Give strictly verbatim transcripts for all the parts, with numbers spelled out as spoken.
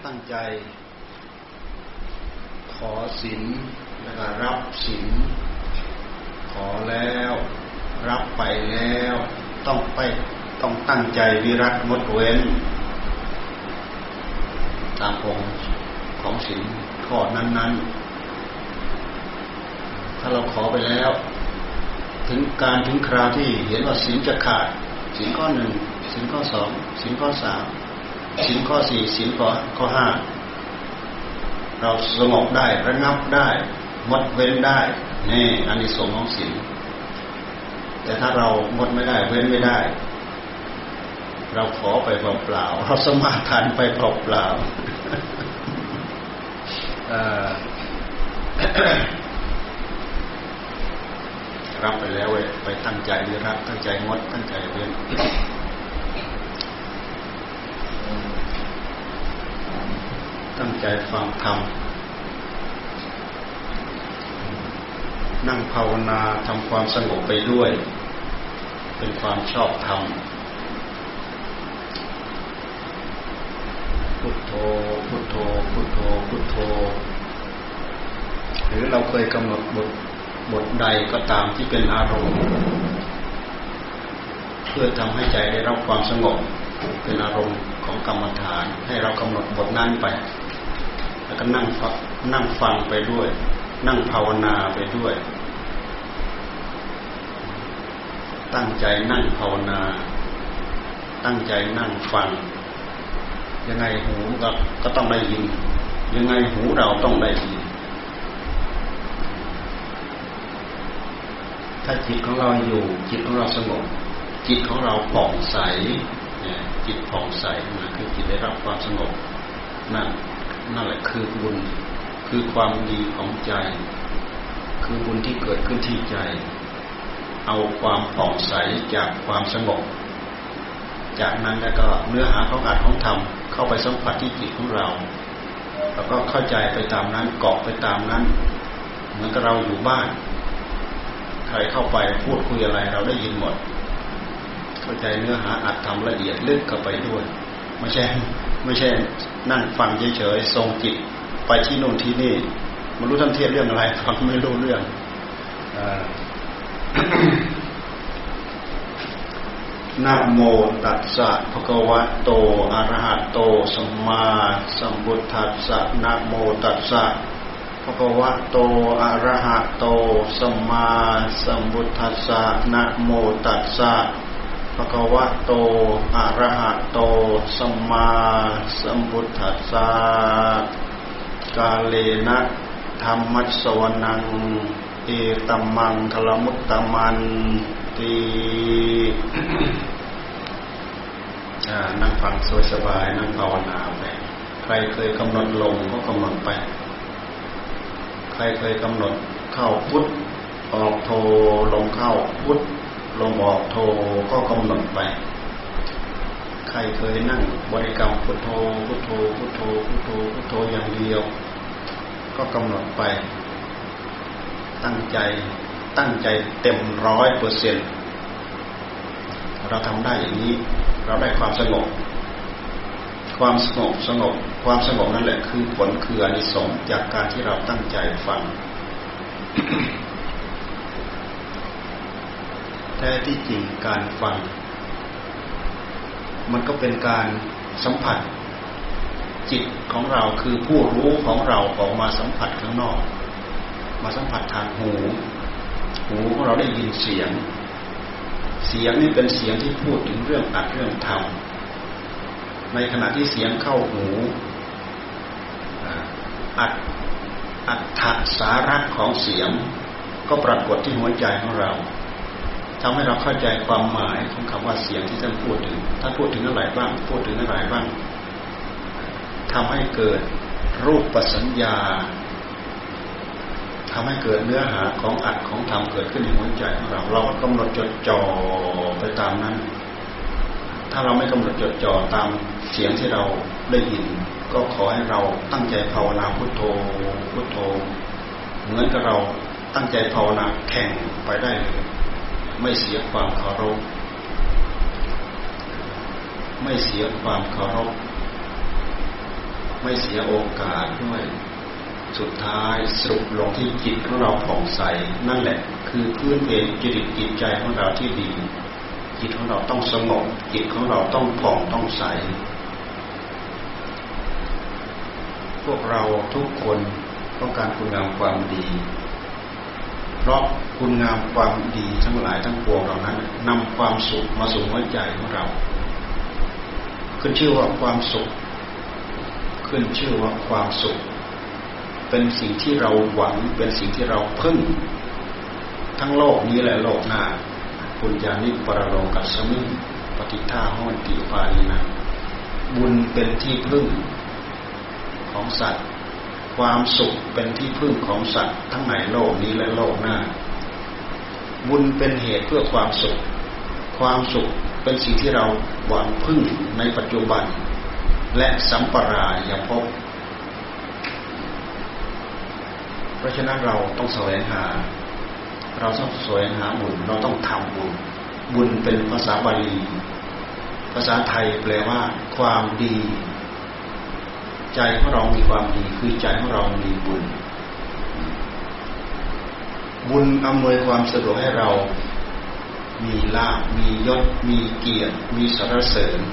ตั้งใจขอศีลแล้วก็รับศีลขอแล้วรับไปแล้วต้องไปต้องตั้งใจวิรัติงดเว้นตามองค์ของศีลข้อนั้นๆถ้าเราขอไปแล้วถึงการถึงคราวที่เห็นว่าศีลจะขาดศีลข้อหนึ่งศีลข้อสองศีลข้อสามศีลข้อสี่ศีลข้อข้อห้าเราสงบได้ระงับได้งดเว้นได้นี่อานิสงส์ของศีลแต่ถ้าเรางดไม่ได้เว้นไม่ได้เราขอไปเปล่าๆเราสมาทานไปเปล่าๆรับไปแล้วเว้ยไปตั้งใจวิรัติตั้งใจงดตั้งใจเว้นตั้งใจฟังธรรมนั่งภาวนาทำความสงบไปด้วยเป็นความชอบธรรมพุทโธพุทโธพุทโธพุทโธหรือเราเคยกำหนดบทบทใดก็ตามที่เป็นอารมณ์เพื่อทำให้ใจได้รับความสงบเป็นอารมณ์ของกรรมฐานให้เรากำหนดบทนั้นไปแล้วก็นั่งฟังนั่งฟังไปด้วยนั่งภาวนาไปด้วยตั้งใจนั่งภาวนาตั้งใจนั่งฟังยังไงหูก็ก็ต้องได้ยินยังไงหูเราต้องได้ยินถ้าจิตของเราอยู่จิตของเราสงบจิตของเราผ่องใสเนี่ยจิตผ่องใสนะคือจิตได้รับความสงบนั่นนั่นแหละคือบุญคือความดีของใจคือบุญที่เกิดขึ้นที่ใจเอาความผ่องใสจากความสงบจากนั้นแล้วก็เนื้อหาของอัตถ์ของธรรมเข้าไปสัมผัสที่จิตของเราแล้วก็เข้าใจไปตามนั้นเกาะไปตามนั้นเหมือนกับเราอยู่บ้านใครเข้าไปพูดคุยอะไรเราได้ยินหมดเข้าใจเนื้อหาอัตถ์ธรรมละเอียดลึกเข้าไปด้วยไม่ใช่ไม่ใช่นั่งฟังเฉยๆทรงจิตไปที่โน่นที่นี่ไม่รู้ท่านเทศเรื่องอะไรฟังไม่รู้เรื่องนะโมตัสสะภะคะวะโตอะระหะโตสัมมาสัมพุทธัสสะนะโมตัสสะภะคะวะโตอะระหะโตสัมมาสัมพุทธัสสะนะโมตัสสะภะคะวะโตอะระหะโตสัมมาสัมพุทธัสสะกาเลนะธัมมัสสวนังเอตัมมังคลมุตตมันตินั่งฟังสบายๆนั่งภาวนาไปใครเคยกำหนดลมก็กำหนดไปใครเคยกำหนดเข้าพุทออกโทลมเข้าพุทลมออกโทก็กำหนดไปใครเคยนั่งบริกรรมพุทโธพุทโธพุทโธพุทโธพุทโธอย่างเดียวก็กำหนดไปตั้งใจตั้งใจเต็มร้อยเปอร์เซ็นต์เราทำได้อย่างนี้เราได้ความสงบความสงบสงบความสงบนั่นแหละคือผลคืออานิสงส์จากการที่เราตั้งใจฟัง แท้ที่จริงการฟังมันก็เป็นการสัมผัสจิตของเราคือผู้รู้ของเราออกมาสัมผัสข้างนอกมาสัมผัสทางหูหูของเราได้ยินเสียงเสียงนี่เป็นเสียงที่พูดถึงเรื่องอัดเรื่องธรรมในขณะที่เสียงเข้าหูอัดอัตถสาระของเสียงก็ปรากฏที่หัวใจของเราทำให้เราเข้าใจความหมายของคำว่าเสียงที่ท่านพูดถึงท่านพูดถึงอะไรบ้างพูดถึงอะไรบ้างทำให้เกิดรูปสัญญาทำให้เกิดเนื้อหาของอัดของธรรมเกิดขึ้นในหัวใจของเราเราก็กำหนดจดจ่อไปตามนั้นถ้าเราไม่กำหนดจดจ่อตามเสียงที่เราได้ยินก็ขอให้เราตั้งใจภาวนาพุทโธพุทโธเหมือนกับเราตั้งใจภาวนาแข่งไปได้เลยไม่เสียความเคารพไม่เสียความเคารพไม่เสียโอกาสด้วยสุดท้ายสรุปลงที่จิตของเราผ่องใสนั่นแหละคือพื้นเพจริตจิตใจของเราที่ดีจิตของเราต้องสงบจิตของเราต้องผ่องต้องใสพวกเราทุกคนต้องการคุณงามความดีเพราะคุณงามความดีทั้งหลายทั้งปวงเหล่านั้นนำความสุขมาสู่หัวใจของเราขึ้นชื่อว่าความสุขขึ้นชื่อว่าความสุขเป็นสิ่งที่เราหวังเป็นสิ่งที่เราพึ่งทั้งโลกนี้และโลกหน้าปุญญานิปรโลกัสสมิปฏิฆาโหติปานินะบุญเป็นที่พึ่งของสัตว์ความสุขเป็นที่พึ่งของสัตว์ทั้งในโลกนี้และโลกหน้าบุญเป็นเหตุเพื่อความสุขความสุขเป็นสิ่งที่เราหวังพึ่งในปัจจุบันและสัมปรายภพเพราะฉะนั้นเราต้องแสวงหาเราต้องแสวงหาบุญเราต้องทำบุญบุญเป็นภาษาบาลีภาษาไทยแปลว่าความดีใจของเรามีความดีคือใจของเรามีบุญบุญอำนวยความสะดวกให้เรามีลาภมียศมีเกียรติมีสรรเสริญ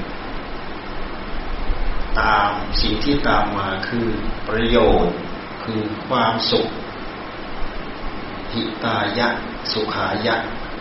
ตามสิ่งที่ตามมาคือประโยชน์คือความสุขหิตายะสุขายะ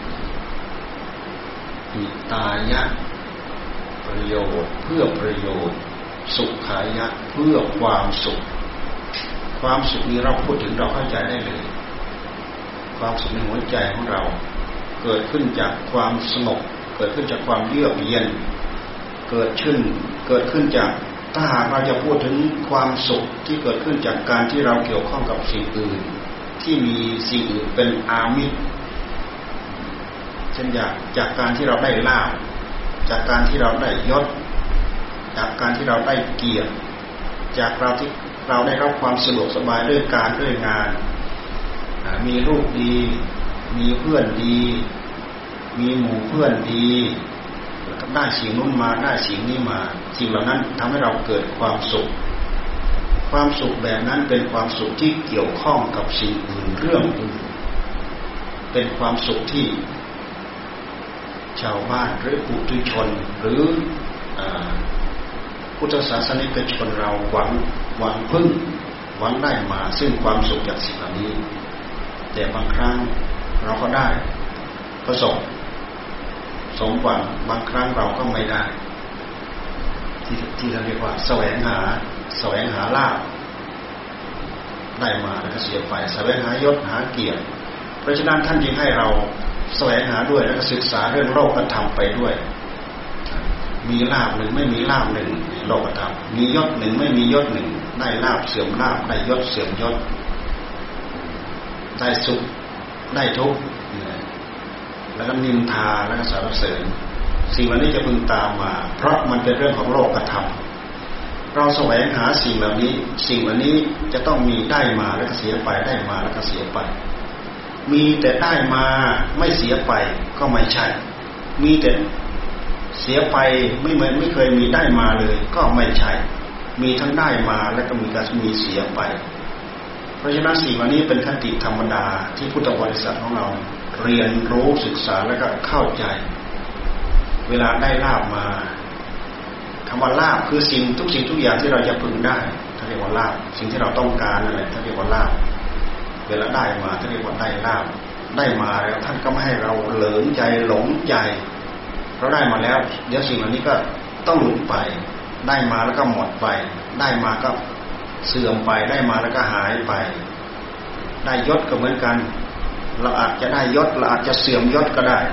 หิตายะประโยชน์เพื่อประโยชน์สุขายะเพื่อความสุขความสุขนี้เราพูดถึงเราเข้าใจได้เลยความสุขในหัวใจของเราเกิดขึ้นจากความสงบเกิดขึ้นจากความเยือกเย็นเกิดขึ้นเกิดขึ้นจากถ้าหากเราจะพูดถึงความสุขที่เกิดขึ้นจากการที่เราเกี่ยวข้องกับสิ่งอื่นที่มีสิ่งอื่นเป็นอามิตรเช่นจากจากการที่เราได้ลาภจากการที่เราได้ยศจากการที่เราได้เกียรติจากเราที่เราได้รับความสะดวกสบายด้วยการด้วยงานมีลูกดีมีเพื่อนดีมีหมู่เพื่อนดีได้สิ่งนู้นมาได้สิ่งนี้มาสิ่งเหล่านั้นทำให้เราเกิดความสุขความสุขแบบนั้นเป็นความสุขที่เกี่ยวข้องกับสิ่งอื่นเรื่องอื่นเป็นความสุขที่ชาวบ้านหรือปุถุชนหรือพุทธศาสนิกชนเราหวังหวังพึ่งหวังได้มาซึ่งความสุขจากสิ่งเหล่านี้แต่บางครั้งเราก็ได้ประสบสมหวังบางครั้งเราก็ไม่ได้ที่ที่เราเรียกว่าแสวงหาแสวงหาลาภได้มาแล้วก็เสียไปแสวงหายศหาเกียรติเพราะฉะนั้นท่านจึงให้เราแสวงหาด้วยแล้วก็ศึกษาเรื่องโลกธรรมไปด้วยมีลาภหนึ่งไม่มีลาภหนึ่งโลกธรรมมียศหนึ่งไม่มียศหนึ่งได้ลาภเสื่อมลาภได้ยศเสื่อมยศได้สุขได้ทุกข์แล้วก็นินทาแล้วก็สรรเสริญสิ่งเหล่านี้จะพึงตามมาเพราะมันเป็นเรื่องของโลกธรรมเราแสวงหาสิ่งเหล่านี้สิ่งเหล่านี้จะต้องมีได้มาแล้วก็เสียไปได้มาแล้วก็เสียไปมีแต่ได้มาไม่เสียไปก็ไม่ใช่มีแต่เสียไปไม่เหมือนไม่เคยมีได้มาเลยก็ไม่ใช่มีทั้งได้มาและก็มีการมีเสียไปเพราะฉะนั้นสิ่งเหล่านี้เป็นคติธรรมดาที่พุทธบริษัทของเราเรียนรู้ศึกษาแล้วก็เข้าใจเวลาได้ลาภมาคำว่าลาภคือสิ่งทุกสิ่งทุกอย่างที่เราจะพึงได้ท่านเรียกว่าลาภสิ่งที่เราต้องการนั่นแหละท่านเรียกว่าลาภเวลาได้มาท่านเรียกว่าได้ลาภได้มาแล้วท่านก็ไม่ให้เราเหลิงใจหลงใจเราได้มาแล้วเดี๋ยวสิ่งเหล่านี้ก็ต้องหลุดไปได้มาแล้วก็หมดไปได้มาก็เสื่อมไปได้มาแล้วก็หายไปได้ยศก็เหมือนกันเราอาจจะได้ยศเราอาจจะเสื่อมยศก็ได้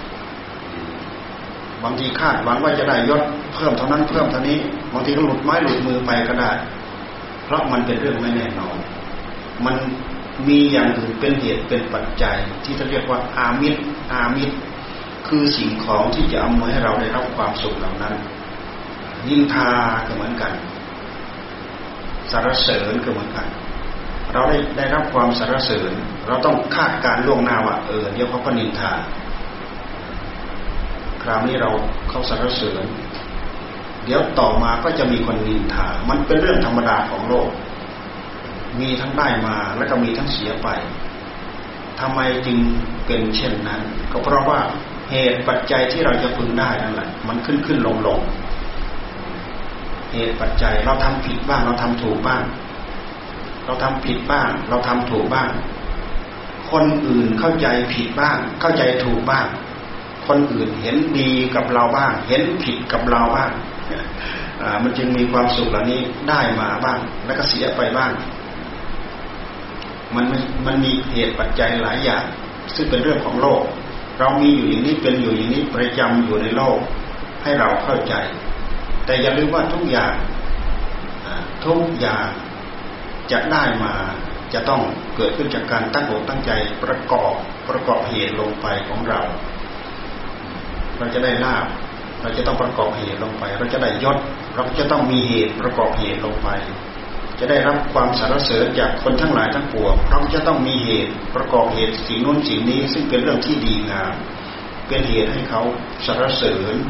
บางทีคาดหวังว่าจะได้ยศเพิ่มเท่านั้นเพิ่มเท่านี้บางทีก็หลุดไม้หลุดมือไปก็ได้เพราะมันเป็นเรื่องไม่แน่นอนมันมีอย่างอื่นเป็นเหตุเป็นปัจจัยที่เขาเรียกว่าอามิตรอามิตรคือสิ่งของที่จะอำนวยให้เราได้รับความสุขเหล่านั้นนินทาก็เหมือนกันสรรเสริญก็เหมือนกันเราได้ได้รับความสรรเสริญเราต้องคาดการล่วงหน้าว่าเออเดี๋ยวเขาก็นินทาคราวนี้เราเขาสรรเสริญเดี๋ยวต่อมาก็จะมีคนนินทามันเป็นเรื่องธรรมดาของโลกมีทั้งได้มาและก็มีทั้งเสียไปทำไมจึงเป็นเช่นนั้นก็เพราะว่าเหตุปัจจัยที่เราจะพึงได้นั่นแหละมันขึ้นขึ้นลงลงเหตุปัจจัยเราทำผิดบ้างเราทำถูกบ้างเราทำผิดบ้างเราทำถูกบ้างคนอื่นเข้าใจผิดบ้างเข้าใจถูกบ้างคนอื่นเห็นดีกับเราบ้างเห็นผิดกับเราบ้างมันจึงมีความสุขเหล่านี้ได้มาบ้างแล้วก็เสียไปบ้างมันมันมีเหตุปัจจัยหลายอย่างซึ่งเป็นเรื่องของโลกเรามีอยู่อย่างนี้เป็นอยู่อย่างนี้ประจำอยู่ในโลกให้เราเข้าใจแต่อย่าลืมว่าทุกอย่างทุกอย่างจะได้มาจะต้องเกิดขึ้นจากการตั้งอกตั้งใจประกอบประกอบเหตุลงไปของเราเราจะได้ลาภเราจะต้องประกอบเหตุลงไปเราจะได้ยศเราจะต้องมีเหตุประกอบเหตุลงไปจะได้รับความสรรเสริญจากคนทั้งหลายทั้งปวงเราจะต้องมีเหตุประกอบเหตุสิ่งนู้นสิ่งนี้ซึ่งเป็นเรื่องที่ดีงามเป็นเหตุให้เขาสรรเสริญ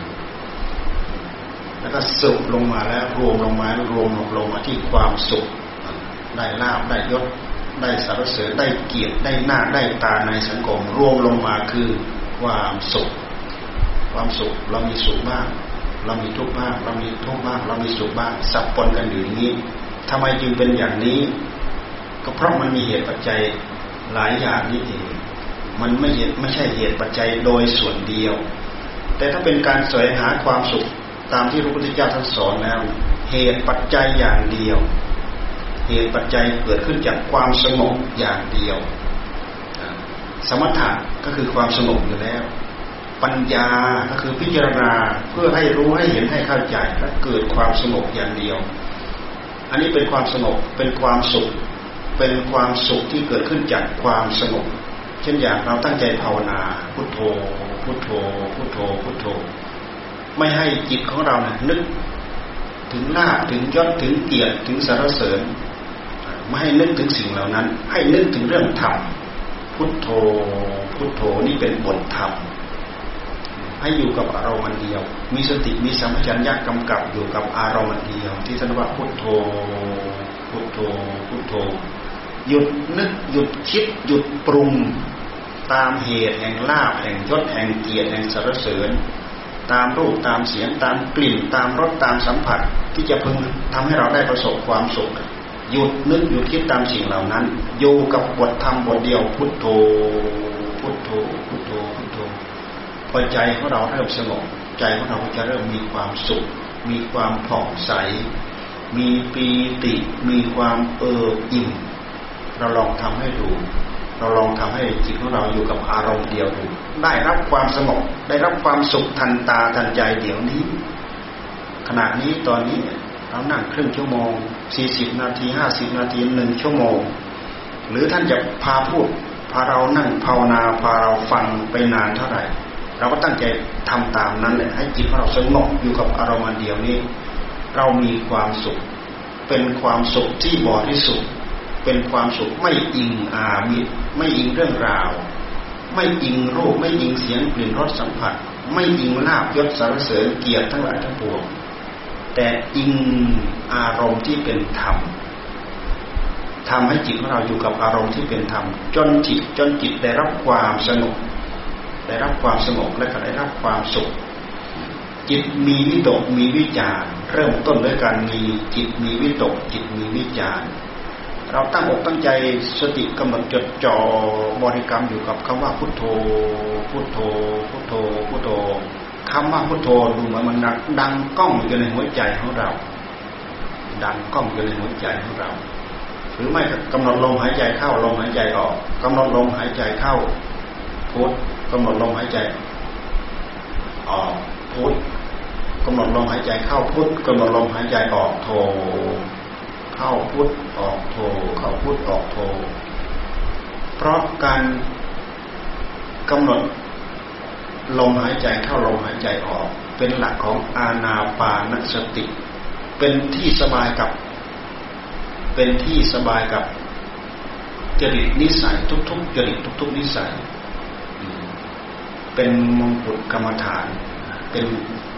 แล้วก็สุขลงมาแล้วรวมลงมารวมลงมาที่ความสุขได้ลาภได้ยศได้สรรเสริญได้เกียรติได้หน้าได้ตาในสังคมรวมลงมาคือความสุขความสุขเรามีสุขบ้างเรามีทุกข์บ้างเรามีทุกข์บ้างเรามีสุขบ้างสับปนกันอยู่อย่างนี้ทำไมจึงเป็นอย่างนี้ก็เพราะมันมีเหตุปัจจัยหลายอย่างนี้เองมันไม่ไม่ใช่เหตุปัจจัยโดยส่วนเดียวแต่ถ้าเป็นการแสวงหาความสุขตามที่พระพุทธเจ้าท่านสอนแล้วเหตุปัจจัยอย่างเดียวเหตุปัจจัยเกิดขึ้นจากความสงบอย่างเดียวสมถะก็คือความสงบอยู่แล้วปัญญาก็คือพิจารณาเพื่อให้รู้ให้เห็นให้เข้าใจและเกิดความสงบอย่างเดียวอันนี้เป็นความสงบเป็นความสุขเป็นความสุขที่เกิดขึ้นจากความสงบเช่นอย่างเราตั้งใจภาวนาพุทโธพุทโธพุทโธพุทโธไม่ให้จิตของเราเนี่ยนึกถึงลาภถึงยศถึงเกียรติถึงสรรเสริญไม่ให้นึกถึงสิ่งเหล่านั้นให้นึกถึงเรื่องธรรมพุทโธพุทโธนี่เป็นบทธรรมให้อยู่กับอารมณ์เดียวมีสติมีสัมปชัญญะกำกับอยู่กับอารมณ์เดียวที่ท่านว่าพุทโธพุทโธพุทโธหยุดนึกหยุดคิดหยุดปรุงตามเหตุแห่งลาภแห่งยศแห่งเกียรติแห่งสรรเสริญตามรูปตามเสียงตามกลิ่นตามรสตามสัมผัสที่จะพึงทำให้เราได้ประสบความสุขหยุดนึกหยุดคิดตามสิ่งเหล่านั้นอยู่กับบทธรรมบทเดียวพุทโธพุทโธพุทโธพุทโธพอใจของเราเริ่มสงบใจของเราจะเริ่มมีความสุขมีความผ่องใสมีปีติมีความเอิบอิ่มเราลองทำให้ดูเราลองทำให้จิตของเราอยู่กับอารมณ์เดียวดูได้รับความสงบได้รับความสุขทันตาทันใจเดี๋ยวนี้ขณะนี้ตอนนี้เรานั่งครึ่งชั่วโมงสี่สิบนาทีห้าสิบนาทีหนึ่งชั่วโมงหรือท่านจะพาพูดพาเรานั่งภาวนาพาเราฟังไปนานเท่าไหร่เราก็ตั้งใจทำตามนั้นแหละให้จิตของเราสงบอยู่กับอารมณ์เดียวนี้เรามีความสุขเป็นความสุขที่บริสุทธิ์เป็นความสุขไม่อิงอามิตรไม่อิงเรื่องราวไม่อิงรูปไม่อิงเสียงกลิ่นรสสัมผัสไม่อิงลาภยศสรรเสริญเกียรติทั้งหลายทั้งปวงแต่อิงอารมณ์ที่เป็นธรรมทำให้จิตของเราอยู่กับอารมณ์ที่เป็นธรรมจนจิตจนจิตได้รับความสงบได้รับความสงบและก็ได้รับความสุขจิตมีวิตกมีวิจารเริ่มต้นด้วยการมีจิตมีวิตกจิตมีวิจารเราตั้งอกตั้งใจสติกำหนดจดจ่อบริกรรมอยู่กับคำว่าพุทโธพุทโธพุทโธพุทโธคำว่าพุทโธดูเหมือนมันดังก้องอยู่ในหัวใจของเราดังก้องอยู่ในหัวใจของเราหรือไม่กำหนดลมหายใจเข้าลมหายใจออกกำหนดลมหายใจเข้าพุทกำหนดลมหายใจออกพุทกำหนดลมหายใจเข้าพุทกำหนดลมหายใจออกโธเข้าพุทออกโธเข้าพุทออกโธเพราะการกำหนดลมหายใจเข้าลมหายใจออกเป็นหลักของอานาปานสติเป็นที่สบายกับเป็นที่สบายกับจริตนิสัยทุกๆจริตทุกๆนิสัยเป็นมงกุฎกรรมฐานเป็น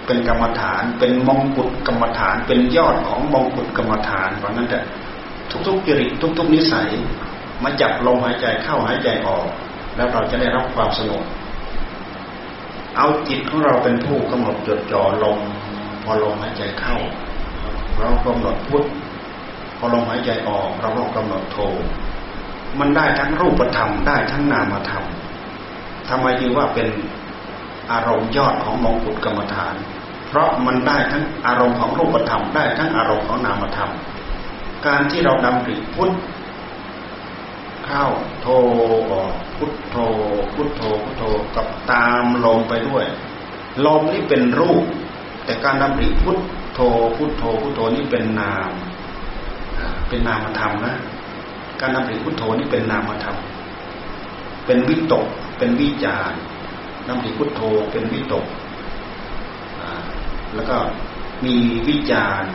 เป็นกรรมฐานเป็นมงกุฎกรรมฐานเป็นยอดของมงกุฎกรรมฐานเพราะนั้นแต่ทุกๆจริตทุกๆนิสัยมาจับลมหายใจเข้าหายใจออกแล้วเราจะได้รับความสงบเอาจิตของเราเป็นผู้กำหนดจดจ่อลมพอลมหายใจเข้าเรากำหนดพุทธพอลมหายใจออกเราก็กำหนดโทมันได้ทั้งรูปธรรมได้ทั้งนามธรรมทำไมจึงว่าเป็นอารมณ์ยอดของมงกุฎกรรมฐานเพราะมันได้ทั้งอารมณ์ของรูปธรรมได้ทั้งอารมณ์ของนามธรรมการที่เราดำริพุทธเข้าโทออกพุทโธพุทโธพุทโธกับตามลมไปด้วยลมนี่เป็นรูปแต่การดำริพุทโธพุทโธพุทโธนี่เป็นนามเป็นนามธรรมนะการดำริพุทโธนี่เป็นนามธรรมเป็นวิตกเป็นวิจารดำริพุทโธเป็นวิตกแล้วก็มีวิจาร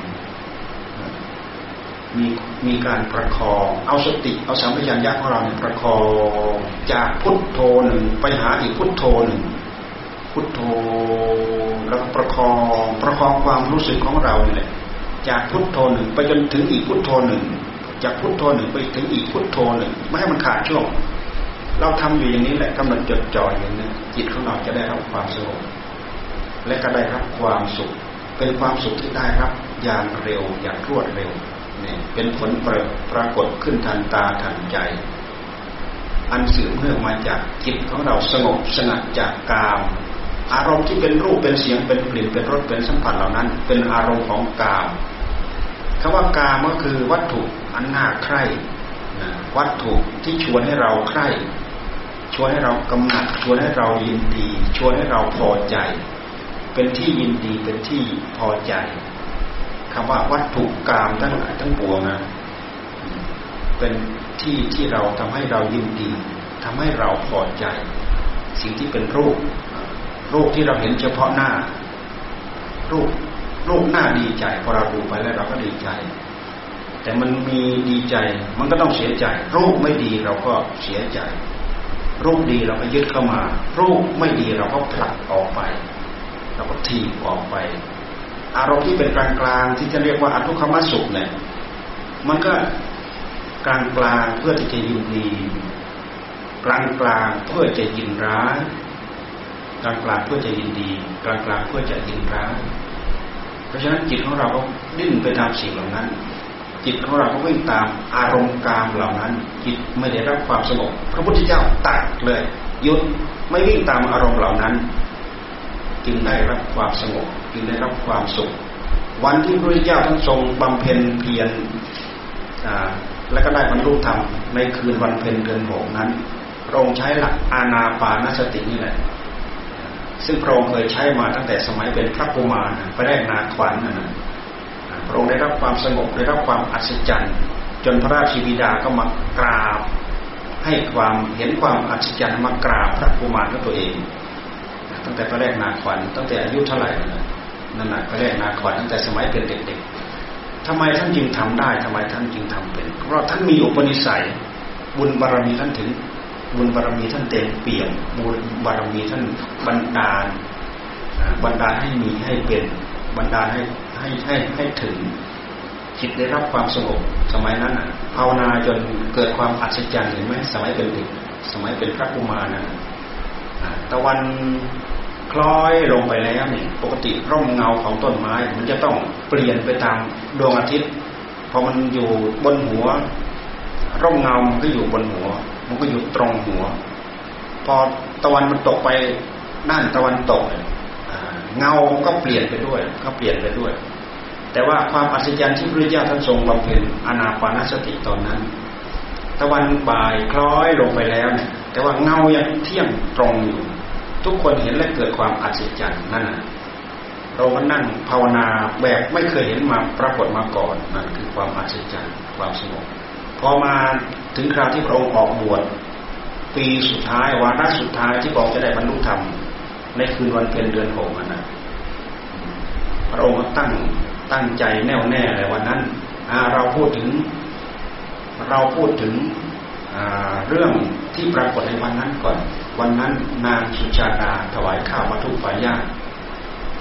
มีมีการประคองเอาสติเอาสัมปชัญญะของเราเนี่ยประคองจากพุทโธหนึ่งไปหาอีกพุทโธหนึ่งพุทโธแล้วประคองประคองความรู้สึกของเราเนี่ยจากพุทโธหนึ่งไปจนถึงอีกพุทโธหนึ่งจากพุทโธหนึ่งไปถึงอีกพุทโธหนึ่งไม่ให้มันขาดช่วงเราทำอยู่อย่างนี้แหละกำลังจดจ่ออย่างนี้จิตของเราจะได้รับความสงบและก็ได้รับความสุขเป็นความสุขที่ได้รับอย่างเร็วอย่างรวดเร็วเนี่ยเป็นผลปรากฏขึ้นทันตาทันใจอันสืบเนื่องมาจากจิตของเราสงบสงัดจากกามอารมณ์ที่เป็นรูปเป็นเสียงเป็นกลิ่นเป็นรสเป็นสัมผัสเหล่านั้นเป็นอารมณ์ของกามคำว่ากามก็คือวัตถุอันน่าใคร่วัตถุที่ชวนให้เราใคร่ชวนให้เรากำหนัดชวนให้เรายินดีชวนให้เราพอใจเป็นที่ยินดีเป็นที่พอใจคำว่าวัตถุกามทั้งหลายทั้งปวงนะเป็นที่ที่เราทำให้เรายินดีทำให้เราพอใจสิ่งที่เป็นรูปรูปที่เราเห็นเฉพาะหน้ารูปรูปหน้าดีใจพอเราดูไปแล้วเราก็ดีใจแต่มันมีดีใจมันก็ต้องเสียใจรูปไม่ดีเราก็เสียใจรูปดีเราก็ยึดเข้ามารูปไม่ดีเราก็ผลักออกไปเราก็ถีบออกไปอารมณ์ที่เป็นกลางๆที่จะเรียกว่าอทุกขมสุขเนี่ยมันก็กลางๆเพื่อที่จะยินดีกลางๆเพื่อจะยินร้ายกลางๆเพื่อจะยินดีกลางๆเพื่อจะยินร้ายเพราะฉะนั้นจิตของเราก็ดิ้นไปตามสิ่งเหล่านั้นจิตของเราก็วิ่งตามอารมณ์กามเหล่านั้นจิตไม่ได้รับความสงบพระพุทธเจ้าตัดเลยหยุดไม่วิ่งตามอารมณ์เหล่านั้นจึงได้รับความสงบจึงได้รับความสุขวันที่พระพุทธเจ้าท่านทรงบำเพ็ญเพียรและก็ได้บรรลุธรรมในคืนวันเพ็ญเดือนหกนั้นพระองค์ใช้หลักอานาปานสตินี่แหละซึ่งพระองค์เคยใช้มาตั้งแต่สมัยเป็นพระกุมารไปได้นาขวัญนนะพระองค์ได้รับความสงบได้รับความอัศจรรย์จนพระราชบิดาก็มากราบให้ความเห็นความอัศจรรย์มากราบพระกุมารของตัวเองตั้งแต่พระแรกนาขวัญตั้งแต่อายุเท่าไหร่นั่นแหละพระแรกนาขวัญตั้งแต่สมัยเป็นเด็กๆทำไมท่านจึงทำได้ทำไมท่านจึงทำเป็นเพราะท่านมีอุปนิสัยบุญบารมีท่านถึงบุญบารมีท่านเต็มเปี่ยมบุญบารมีท่านบันดาลบันดาลให้มีให้เป็นบันดาลให้ให้ให้ให้ถึงจิตได้รับความสงบสมัยนั้นภาวนาจนเกิดความอัศจรรย์เห็นไหมสมัยเป็นเด็กสมัยเป็นพระกุมารนะตะวันคล้อยลงไปแล้วนี่ปกติร่มเงาของต้นไม้มันจะต้องเปลี่ยนไปตามดวงอาทิตย์พอมันอยู่บนหัวร่มเงามันก็อยู่บนหัวมันก็อยู่ตรงหัวพอตะวันมันตกไปด้านตะวันตกเงาก็เปลี่ยนไปด้วยก็เปลี่ยนไปด้วยแต่ว่าความอัศจรรย์ที่พระพุทธเจ้าท่านทรงบำเพ็ญอานาปานสติตอนนั้นตะวันบ่ายคล้อยลงไปแล้วเนี่ยแต่ว่าเงายังเที่ยงตรงอยู่ทุกคนเห็นและเกิดความอัศจรรย์นั่นน่ะเราก็นั่งภาวนาแบบไม่เคยเห็นมาปรากฏมาก่อนนั่นคือความอัศจรรย์ความสงบพอมาถึงคราวที่พระองค์ออกบวชปีสุดท้ายวาระสุดท้ายที่พระองค์จะได้บรรลุธรรมในคืนวันเพ็ญเดือนหกนั่นนะพระองค์ก็ตั้งตั้งใจแน่วแน่เลยวันนั้นเราพูดถึงเราพูดถึงเรื่องที่ปรากฏในวันนั้นก่อนวันนั้นนางสุชาดาถวายข้าวมัทุปายาต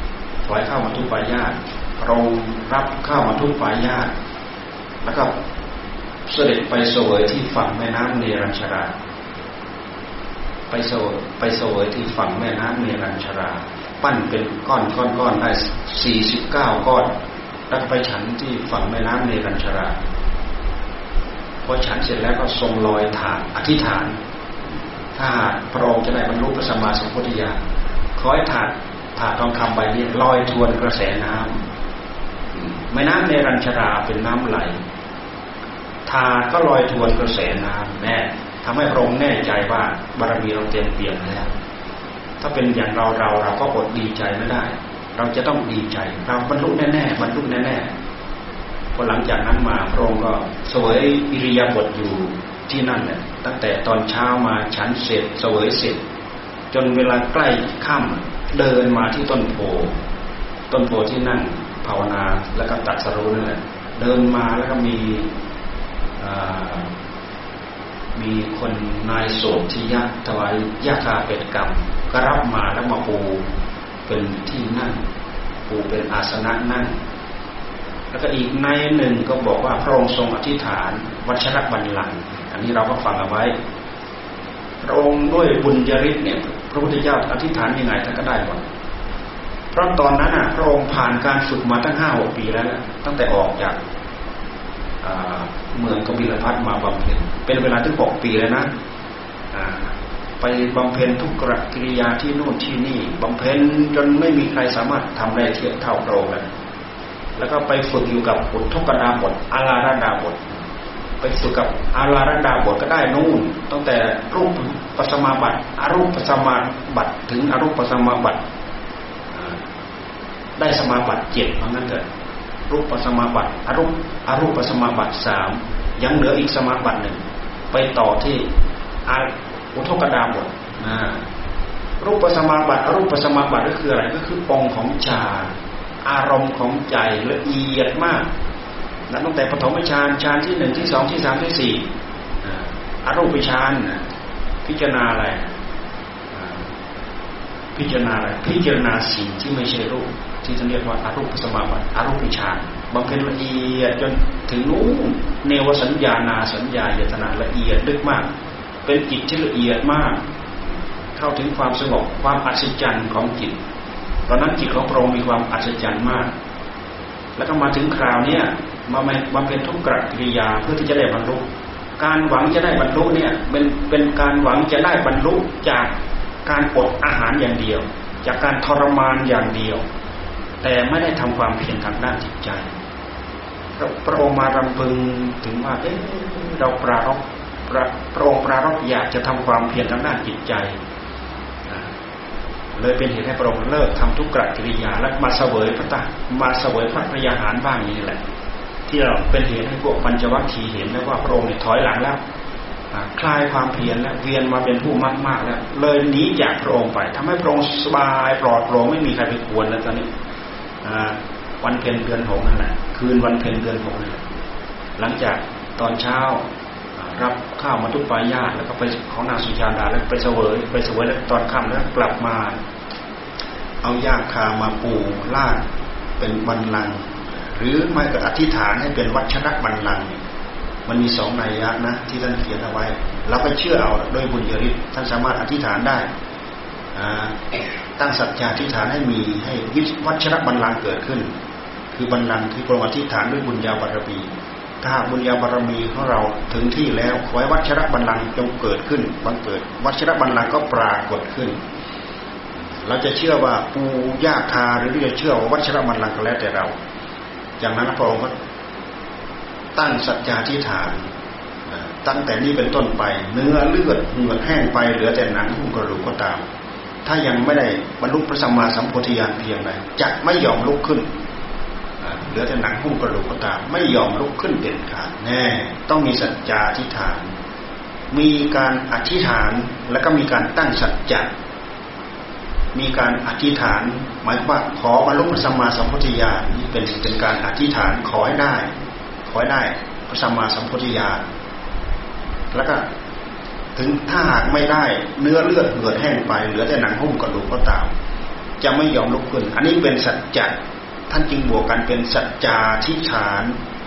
ถวายข้าวมัทุปายาตพระองค์รับข้าวมัทุปายาตแล้วก็เสด็จไปเสวยที่ฝั่งแม่น้ำเนรัญชราไปเสวยไปเสวยที่ฝั่งแม่น้ำเนรัญชราปั้นเป็นก้อนก้อนก้อนได้สี่สิบเก้าก้อนแล้วก็ไปฉันที่ฝั่งแม่น้ำเนรัญชราพอฉันเสร็จแล้วก็ทรงลอยถาดอธิษฐานถ้าพระองค์จะได้บรรลุพระสัมมาสัมพุทธญาณขอให้ถาดถาดทองคำใบนี้ลอยทวนกระแสน้ำแม่น้ำเนรัญชราเป็นน้ำไหลถาดก็ลอยทวนกระแสน้ำแน่ทำให้พระองค์แน่ใจว่าบารมีเราเต็มเปี่ยมแล้วถ้าเป็นอย่างเราเราเราก็อดดีใจไม่ได้เราจะต้องดีใจเราบรรลุแน่ๆบรรลุแน่ๆพอหลังจากนั้นมาพระองค์ก็เสวยอิริยาบถอยู่ที่นั่นแหละตั้งแต่ตอนเช้ามาฉันเสร็จเสวยเสร็จจนเวลาใกล้ค่ำเดินมาที่ต้นโพต้นโพที่นั่งภาวนาแล้วก็ตรัสรู้นั่นแหละเดินมาแล้วก็มีมีคนนายโสธิยะถวายยาคาเป็ดกรรมก็รับมาแล้วมาปูเป็นที่นั่งปูเป็นอาสนะนั่งแล้วก็อีกในหนึ่งก็บอกว่าพระองค์ทรงอธิษฐานวัชรบัลลังก์อันนี้เราก็ฟังเอาไว้พระองค์ด้วยบุญญาฤทธิ์เนี่ยพระพุทธเจ้าอธิษฐานยังไงท่านก็ได้หมดเพราะตอนนั้นอ่ะพระองค์ผ่านการฝึกมาตั้งห้าหกปีแล้วนะตั้งแต่ออกจากเมืองกบิลพัสมาบำเพ็ญเป็นเวลาถึงหกปีแล้วนะไปบำเพ็ญทุกกิริยาที่โน่นที่นี่บำเพ็ญจนไม่มีใครสามารถทำได้เทียบเท่าพระองค์แล้วแล้วก็ไปฝึกอยู่กับอุทธกดาบทอาราระดาบทไปฝึกกับอาราระดาบทก็ได้นู่นตั้งแต่รูปปัสมาบัติอรูปปัสมาบัติถึงอรูปปัสมาบัติได้สมาบัติเจ็ดเพราะงั้นเถิดรูปปัสมาบัติอรูปอรูปปัสมาบัติสามยังเหลืออีกสมาบัติหนึ่งไปต่อที่อุทธกดาบทรูปปัสมาบัติอรูปปัสมาบัติก็คืออะไรก็คือองค์ของฌานอารมณ์ของใจละเอียดมากนั้นตั้งแต่ปฐมฌานฌานที่หนึ่งที่สองที่สามที่สี่อรูปฌานพิจารณาอะไรพิจารณาอะไรพิจารณาสิ่งที่ไม่ใช่รูปที่เรียกว่าอรูปสมาบัติอรูปฌานบำเพ็ญละเอียดจนถึงนู้นเนวสัญญานาสัญญายตนะละเอียดลึกมากเป็นจิตที่ละเอียดมากเข้าถึงความสงบความอัศจรรย์ของจิตตอนนั้นจิตของพระองค์มีความอัศจรรย์มากแล้วก็มาถึงคราวนี้มาบำเพ็ญทุกกิริยาเพื่อที่จะได้บรรลุการหวังจะได้บรรลุเนี่ยเป็นเป็นการหวังจะได้บรรลุจากการอดอาหารอย่างเดียวจากการทรมานอย่างเดียวแต่ไม่ได้ทำความเพียรทางด้านจิตใจพระองค์มารำพึงถึงว่าเอ๊ะเราปรารภพระองค์ปรารภอยากจะทำความเพียรทางด้านจิตใจเลยเป็นเหตุให้พระองค์เลิกทำทุกกิริยาและมาเสวยพระตามาเสวยพระพยาหารบ้างนี่แหละที่เราเป็นเหตุให้พวกปัญจวัคคีย์เห็นแล้วว่าพระองค์เนี่ยถอยหลังแล้วคลายความเพียรแล้วเวียนมาเป็นผู้มากมากแล้วเลยหนีจากพระองค์ไปทำให้พระองค์สบายปลอดโปร่งไม่มีใครไปกวนแล้วตอนนี้วันเพ็ญเดือนหกนั่นแหละคืนวันเพ็ญเดือนหกนั่นแหละหลังจากตอนเช้ารับข้าวมัทุปายาตแล้วก็ไปของนางสุชาดาแล้วไปเสวยไปเสวยแล้วตอนค่ำแล้วกลับมาเอาหญ้าคามาปูลาดเป็นบัลลังก์หรือไม่ก็อธิษฐานให้เป็นวัชรบัลลังก์มันมีสองนัยยะนะที่ท่านเขียนเอาไว้เราไปเชื่อเอาโดยบุญญาฤทธิ์ท่านสามารถอธิษฐานได้ตั้งสัจจะอธิษฐานให้มีให้วัชรบัลลังก์เกิดขึ้นคือบัลลังก์ที่พระองค์อธิษฐานด้วยบุญญาบารมีถ้าบุญญาบารมีของเราถึงที่แล้วขอให้วัชรบัลลังก์จงเกิดขึ้นบังเกิดวัชรบัลลังก์ก็ปรากฏขึ้นเราจะเชื่อว่าปูย่าคาหรือจะเชื่อว่าวัชรบัลลังก์ก็แล้วแต่เราอย่างนั้นพระองค์ก็ตั้งสัจจาธิษฐานตั้งแต่นี้เป็นต้นไปเนื้อเลือดเหงื่อแห้งไปเหลือแต่หนังหุ้มกระดูกก็ตามถ้ายังไม่ได้บรรลุพระสัมมาสัมโพธิญาณเพียงใดจะไม่ยอมลุกขึ้นเหลือแต่หนังหุ้มกระดูกก็ตามไม่ยอมลุกขึ้นเด็ดขาดแน่ต้องมีสัจจาธิษฐานมีการอธิษฐานแล้วก็มีการตั้งสัจจะมีการอธิษฐานหมายว่าขอบรรลุพระสัมมาสัมโพธิญาณนี่เป็นเป็นการอธิษฐานขอให้ได้ขอให้ได้พระสัมมาสัมโพธิญาณแล้วก็ถึงถ้าหากไม่ได้เนื้อเลือดเหือดแห้งไปเหลือแต่หนังหุ้มกระดูกก็ตามจะไม่ยอมลุกขึ้นอันนี้เป็นสัจจะท่านจึงบวกกันเป็นสัจจาธิฐาน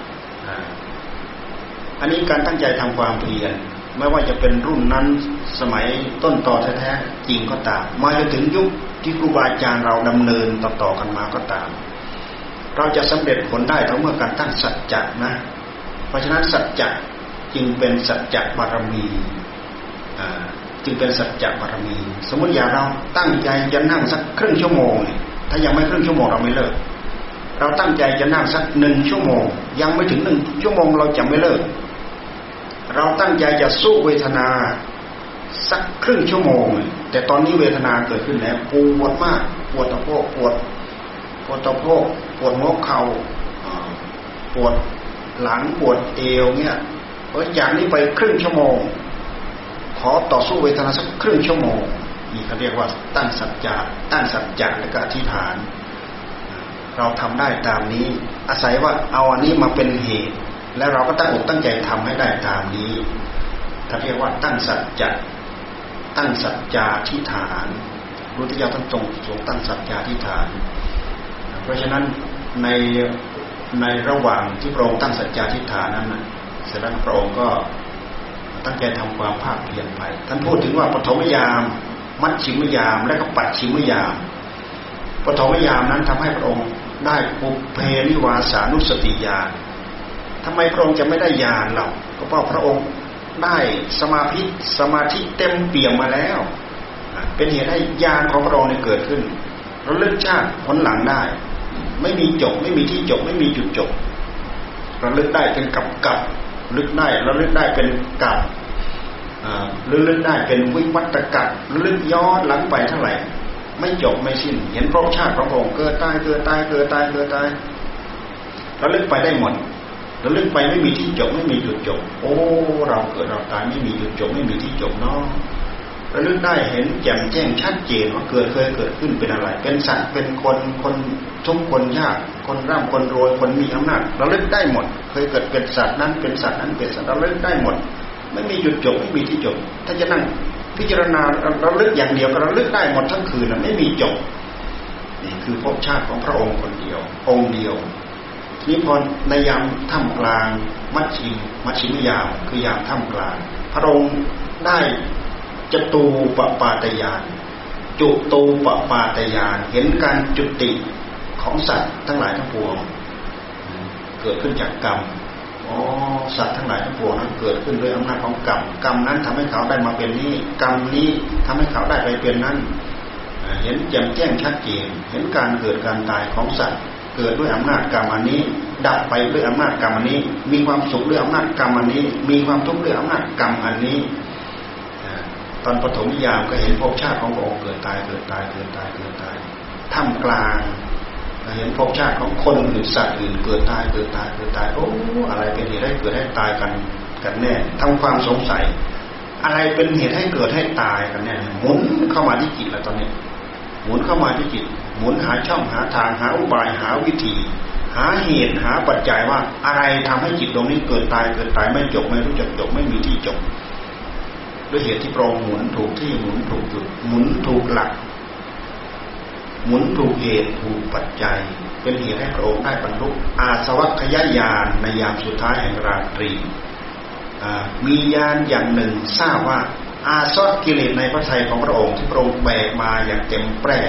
อันนี้การตั้งใจทำความเพียรไม่ว่าจะเป็นรุ่นนั้นสมัยต้นต่อแท้ๆจริงก็ตามมาจนถึงยุคที่ครูบาอาจารย์เราดำเนินต่อๆกันมาก็ตามเราจะสำเร็จผลได้ต่อเมื่อการตั้งสัจจะนะเพราะฉะนั้นสัจจะจึงเป็นสัจจะบารมีจึงเป็นสัจจะบารมีสมมติอย่างเราตั้งใจจะนั่งสักครึ่งชั่วโมงเนี่ยถ้ายังไม่ครึ่งชั่วโมงเราไม่เลิกเราตั้งใจจะนั่งสักหนึ่งชั่วโมงยังไม่ถึงหนึ่งชั่วโมงเราจะไม่เลิกเราตั้งใจจะสู้เวทนาสักครึ่งชั่วโมงแต่ตอนนี้เวทนาเกิดขึ้นแล้วปวดมากปวดตะโพกปวดปวดตะโพกปวดหัวเข่าปวดหลังปวดเอวเนี่ยเพราะจากนี้ไปครึ่งชั่วโมงขอต่อสู้เวทนาสักครึ่งชั่วโมงนี่เขาเรียกว่าตั้งสัจจะตั้งสัจจะและก็อธิษฐานเราทำได้ตามนี้อาศัยว่าเอาอันนี้มาเป็นเหตุแล้วเราก็ตั้งอกตั้งใจทำให้ได้ตามนี้เขาเรียกว่าตั้งสัจจะตั้งสัจจาธิฐานพระพุทธเจ้าท่านทรงทรงตั้งสัจจาธิฐานเพราะฉะนั้นในในระหว่างที่พระองค์ตั้งสัจจาธิฐานนั้นนะเสร็จแล้วพระองค์ก็ตั้งใจทำความภาคเพียรไปท่านพูดถึงว่าปฐมยามมัชฌิมยามและก็ปัจฉิมยามปฐมยามนั้นทำให้พระองค์ได้ปุพเพนิวาสานุสติญาณทำไมพระองค์จะไม่ได้ญาณเราก็เพราะพระองค์ได้สมาธิสมาธิเต็มเปี่ยมมาแล้วเป็นเหตุให้ญาณของพระองค์เกิดขึ้นระลึกชาติผลหลังได้ไม่มีจบไม่มีที่จบไม่มีจุดจบระลึกได้เป็นกับกับลึกได้ระลึกได้เป็นกับระลึกได้เป็นวิวัตกับระลึกย้อนหลังไปเท่าไหร่ไม่จบไม่สิ้นเห็นภพชาติของพระองค์เกิดตายเกิดตายเกิดตายเกิดตายระลึกไปได้หมดระลึกไปไม่มีที่จบไม่มีจุดจบโอ้เราเกิดเราตายไม่มีจุดจบไม่มีที่จบเนาะระลึกได้เห็นแจ่มแจ้งชัดเจนว่าเกิดเคยเกิดขึ้นเป็นอะไรเป็นสัตว์เป็นคนคนทุกคนยากคนร่ำคนรวยคนมีอำนาจระลึกได้หมดเคยเกิดเป็นสัตว์นั้นเป็นสัตว์นั้นเป็นสัตว์ระลึกได้หมดไม่มีจุดจบไม่มีที่จบถ้าจะนั่งพิจารณาระลึกอย่างเดียวก็ระลึกได้หมดทั้งคืนนะไม่มีจบนี่คือภพชาติของพระองค์คนเดียวองค์เดียวนี่พอในยามท่ามกลางมัชฌิมมัชฌิมยามคือยามท่ามกลางพระองค์ได้จตูปปาตญาณจุตูปปาตญาณเห็นการจุติของสัตว์ทั้งหลายทั้งปวงเกิดขึ้นจากกรรมอ๋อสัตว์ทั้งหลายทั้งปวงนั้นเกิดขึ้นด้วยอำนาจของกรรมกรรมนั้นทำให้เขาได้มาเป็นนี้กรรมนี้ทำให้เขาได้ไปเป็นนั้นเห็นแจ่มแจ้งชัดเจนเห็นการเกิดการตายของสัตว์เกิดด้วยอำนาจกรรมอันนี้ดับไปด้วยอำนาจกรรมอันนี้มีความสุขด้วยอำนาจกรรมอันนี้มีความทุกข์ด้วยอำนาจกรรมอันนี้ตอนปฐมยามก็เห็นภพชาติของพระองค์เกิดตายเกิดตายเกิดตายเกิดตายท่ามกลางเห็นภพชาติของคนอื่นสัตว์อื่นเกิดตายเกิดตายเกิดตายโอ้อะไรเป็นเหตุให้เกิดให้ตายกันกันแน่ทำความสงสัยอะไรเป็นเหตุให้เกิดให้ตายกันแน่หมุนเข้ามาที่จิตแล้วตอนนี้หมุนเข้ามาที่จิตหมุนหาช่องหาทางหาอุบายหาวิธีหาเหตุหาปัจจัยว่าอะไรทำให้จิตตรงนี้เกิดตายเกิดตายไม่จบไม่รู้จักจบไม่มีที่จบด้วยเหตุที่พระองค์หมุนถูกที่หมุนถูกจุดหมุนถูกหลักหมุนถูกเหตุถูกปัจจัยเป็นเหตุให้พระองค์ได้บรรลุอาสวัคยญาณในยามสุดท้ายแห่งราตรีมีญาณอย่างหนึ่งทราบว่าอาสวะกิเลสในพระทัยของพระองค์ที่พระองค์แบกมาอย่างเต็มแปร่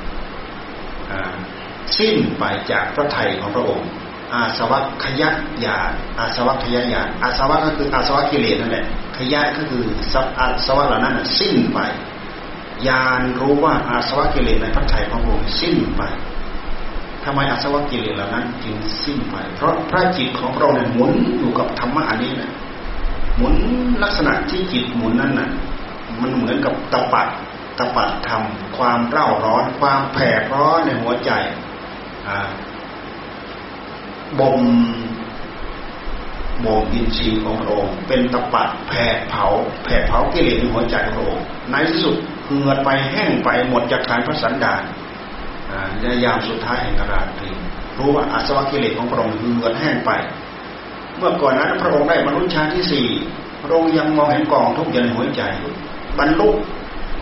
สิ้นไปจากพระทัยของพระองค์อาสวัคยญาณอาสวัคยญาณอาสวะก็คืออาสวะกิเลสนั่นแหละขยะก็คืออาสวะเหล่านั้นสิ้นไปญาณรู้ว่าอาสวะกิเลสในพระทัยของพระองค์สิ้นไปทำไมอาสวะกิเลสเหล่านั้นจึงสิ้นไปเพราะพระจิตของพระองค์หมุนอยู่กับธรรมะอันนี้นะหมุนลักษณะที่จิตหมุนนั้นน่ะมันเหมือนกับตะปัดตะปัดทำความเร่าร้อนความแผ่ร้อนในหัวใจบ่มบ่มอินทรีย์ของพระองค์เป็นตะปัดแผดเผาแผดเผากิเลสในหัวใจของพระองค์ในที่สุดเหือดไปแห้งไปหมดจากฐานพระสันดานในยามสุดท้ายแห่งราตรีรู้ว่าอาสวะกิเลสของพระองค์เหือดแห้งไปเมื่อก่อนนั้นพระองค์ได้บรรลุฌานที่สี่พระองค์ยังมองเห็นกองทุกข์อยู่ในหัวใจบรรลุ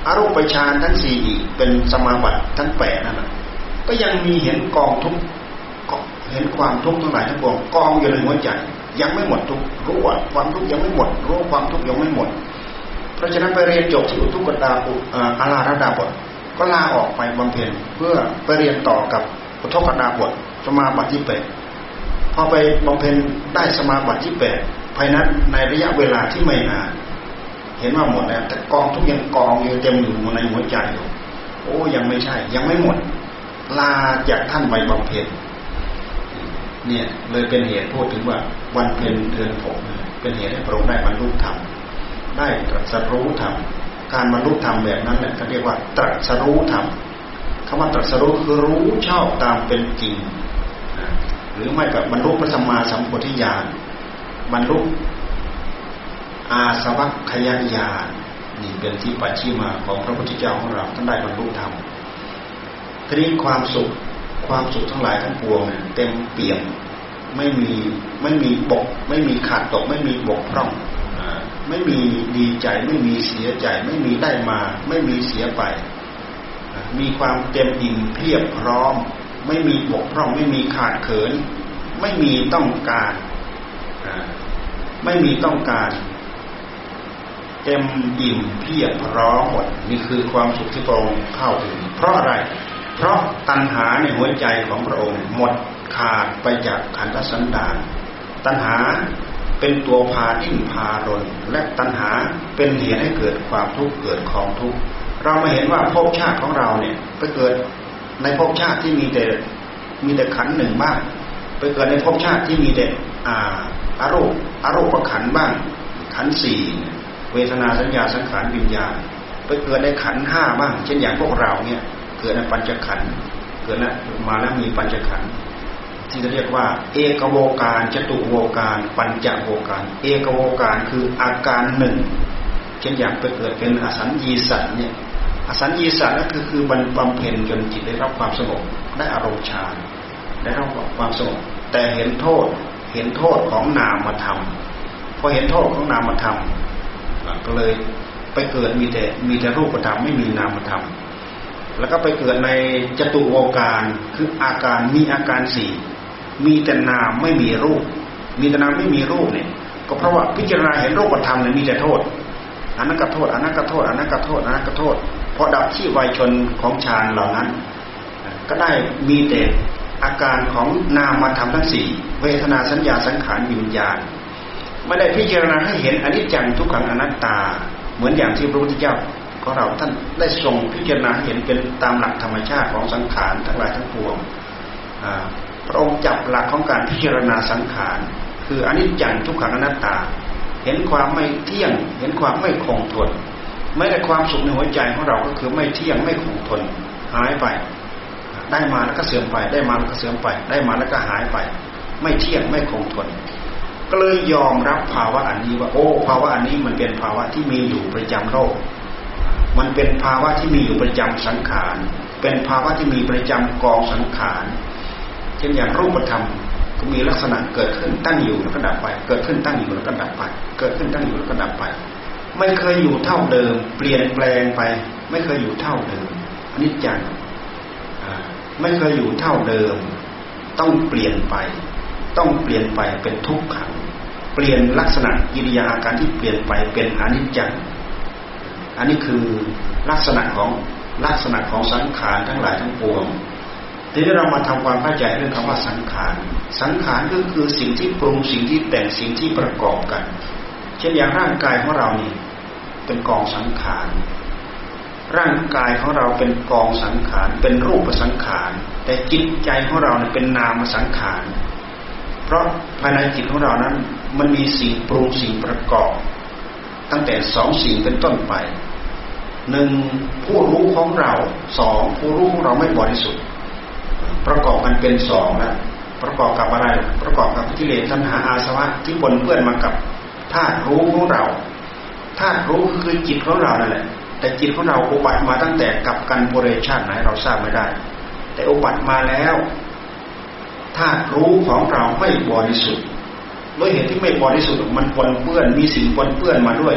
อรูปฌานทั้งสี่อีกเป็นสมาบัติทั้งแปดนั่นแหละก็ยังมีเห็นกองทุกข์เห็นความทุกข์ทั้งหลายทั้งปวงกองอยู่ในหัวใจยังไม่หมดทุกข์รู้ว่าความทุกข์ยังไม่หมดรู้ความทุกข์ยังไม่หมดเพราะฉะนั้นไปเรียนจบที่อุทุกดาบทอาราธดาบทก็ลาออกไปบำเพ็ญเพื่อไปเรียนต่อกับอุทกดาบทสมาบัติที่แปดพอไปบำเพ็ญได้สมาบัติที่แปดภายนั้นในระยะเวลาที่ไม่นานเห็นว่าหมดแล้วแต่กองทุกยังกองอยู่เต็มอยู่ในหัวใจอยู่โอ้ยังไม่ใช่ยังไม่หมดลาจากท่านไปบำเพ็ญเนี่ยเลยเป็นเหตุพูดถึงว่าวันเพ็ญเดือนหกเป็นเหตุให้พระองค์ได้บรรลุธรรมได้ตรัสรู้ธรรมการบรรลุธรรมแบบนั้นแหละเขาเรียกว่าตรัสรู้ธรรมคำว่าตรัสรู้คือรู้ชอบตามเป็นจริงหรือไม่กับบรรลุพระสัมมาสัมโพธิญาณบรรลุอาสวัคยญาณนี่เป็นที่ปัจฉิมาของพระพุทธเจ้าของเราท่านได้บรรลุธรรมทีนี้ความสุขความสุขทั้งหลายทั้งปวงเนี่ยเต็มเปี่ยมไม่มีไม่มีบกไม่มีขาดตกไม่มีบกพร่องไม่มีดีใจไม่มีเสียใจไม่มีได้มาไม่มีเสียไปมีความเต็มอิ่มเพียบพร้อมไม่มีบกพร่องไม่มีขาดเขินไม่มีต้องการไม่มีต้องการเต็มอิ่มเพียบพร้อมหมดนี่คือความสุขที่พระองค์เข้าถึงเพราะอะไรเพราะตัณหาในหัวใจของพระองค์หมดขาดไปจากขันธสันดานตัณหาเป็นตัวพาดิ้นพารนและตัณหาเป็นเหตุให้เกิดความทุกข์เกิดของทุกข์เราไม่เห็นว่าภพชาติของเราเนี่ยไปเกิดในภพชาติที่มีแต่มีแต่ขันธ์หนึ่งบ้างไปเกิดในภพชาติที่มีแต่อ่าอรูปอรูปขันธ์บ้างขันธ์สี่เวทนาสัญญาสังขารวิญญาณไปเกิดในขันธ์ห้าบ้างเช่นอย่างพวกเราเนี่ยเกิดในปัญจขันธ์เกิดแล้วมาแล้วมีปัญจขันธ์ที่เรียกว่าเอกโวการจตุโวการปัญจโวการเอกโวการคืออาการหนึ่งเช่นอย่างไปเกิดเป็นอสัญญีสัตว์เนี่ยอสัญญีสัตว์นั่นคือคือบำเพ็ญจนจิตได้รับความสงบได้อารมณ์ฌานได้รับความสงบแต่เห็นโทษเห็นโทษของนามธรรมพอเห็นโทษของนามธรรมก็เลยไปเกิดมีแต่มีแต่รูปธรรมไม่มีนามธรรมแล้วก็ไปเกิดในจตุโวการคืออาการมีอาการสี่มีแต่นามไม่มีรูปมีแต่นามไม่มีรูปเนี่ยก็เพราะว่าพิจารณาเห็นรูปธรรมเนี่ยมีแต่โทษอันนั้นก็โทษอันนั้นก็โทษอันนั้นก็โทษอันนั้นก็โทษพอดับที่วัยชนของฌานเหล่านั้นก็ได้มีแต่อาการของนามธรรมทั้งสี่เวทนาสัญญาสังขารวิญญาณไม่ได้พิจารณาให้เห็นอนิจจังทุกขังอนัตตาเหมือนอย่างที่พระพุทธเจ้าของเราท่านได้ทรงพิจารณาเห็นเป็นตามหลักธรรมชาติของสังขารทั้งหลายทั้งปวงพระองค์จับหลักของการพิจารณาสังขารคืออนิจจังทุกขังอนัตตาเห็นความไม่เที่ยงเห็นความไม่คงทนไม่แต่ความสุขในหัวใจของเราก็คือไม่เที่ยงไม่คงทนหายไปได้มาแล้วก็เสื่อมไปได้มาแล้วก็เสื่อมไปได้มาแล้วก็หายไปไม่เที่ยงไม่คงทนก็เลยยอมรับภาวะอันนี้ว่าโอ้ภาวะอันนี้มันเป็นภาวะที่มีอยู่ประจำโลกมันเป็นภาวะที่มีอยู่ประจำสังขารเป็นภาวะที่มีประจำกองสังขารเช่นอย่างรูปธรรมก็มีลักษณะเกิดขึ้นตั้งอยู่แล้วก็ดับไปเกิดขึ้นตั้งอยู่แล้วก็ดับไปเกิดขึ้นตั้งอยู่แล้วก็ดับไปไม่เคยอยู่เท่าเดิมเปลี่ยนแปลงไปไม่เคยอยู่เท่าเดิมอนิจจังไม่เคยอยู่เท่าเดิมต้องเปลี่ยนไปต้องเปลี่ยนไปเป็นทุกขังเปลี่ยนลักษณะกิริยาอาการที่เปลี่ยนไปเป็นอนิจจังอันนี้คือลักษณะของลักษณะของสังขารทั้งหลายทั้งปวงทีนี้เรามาทำความเข้าใจเรื่องคำว่าสังขารสังขารก็คือสิ่งที่ปรุงสิ่งที่แต่งสิ่งที่ประกอบกันเช่นอย่างร่างกายของเรานี่เป็นกองสังขารร่างกายของเราเป็นกองสังขารเป็นรูปสังขารแต่จิตใจของเราเนี่ยเป็นนามสังขารเพราะภายในจิตของเรานั้นมันมีสิ่งปรุงสิ่งประกอบตั้งแต่สองสิ่งเป็นต้นไปหนึ่งผู้รู้ของเราสองผู้รู้ของเราไม่บริสุทธิ์ประกอบกันเป็นสองแล้วประกอบกับอะไรประกอบกับกิเลสตัณหาอาสวะที่ปนเปื้อนมากับธาตุรู้ของเราธาตุรู้คือจิตของเรานั่นแหละแต่จิตของเราอุบัติมาตั้งแต่กับกันโพเรชาติไหนเราทราบไม่ได้แต่อุบัติมาแล้วธาตุรู้ของเราไม่บริสุทธิ์ด้วยเหตุที่ไม่บริสุทธิ์มันปนเปื้อนมีสิ่งปนเปื้อนมาด้วย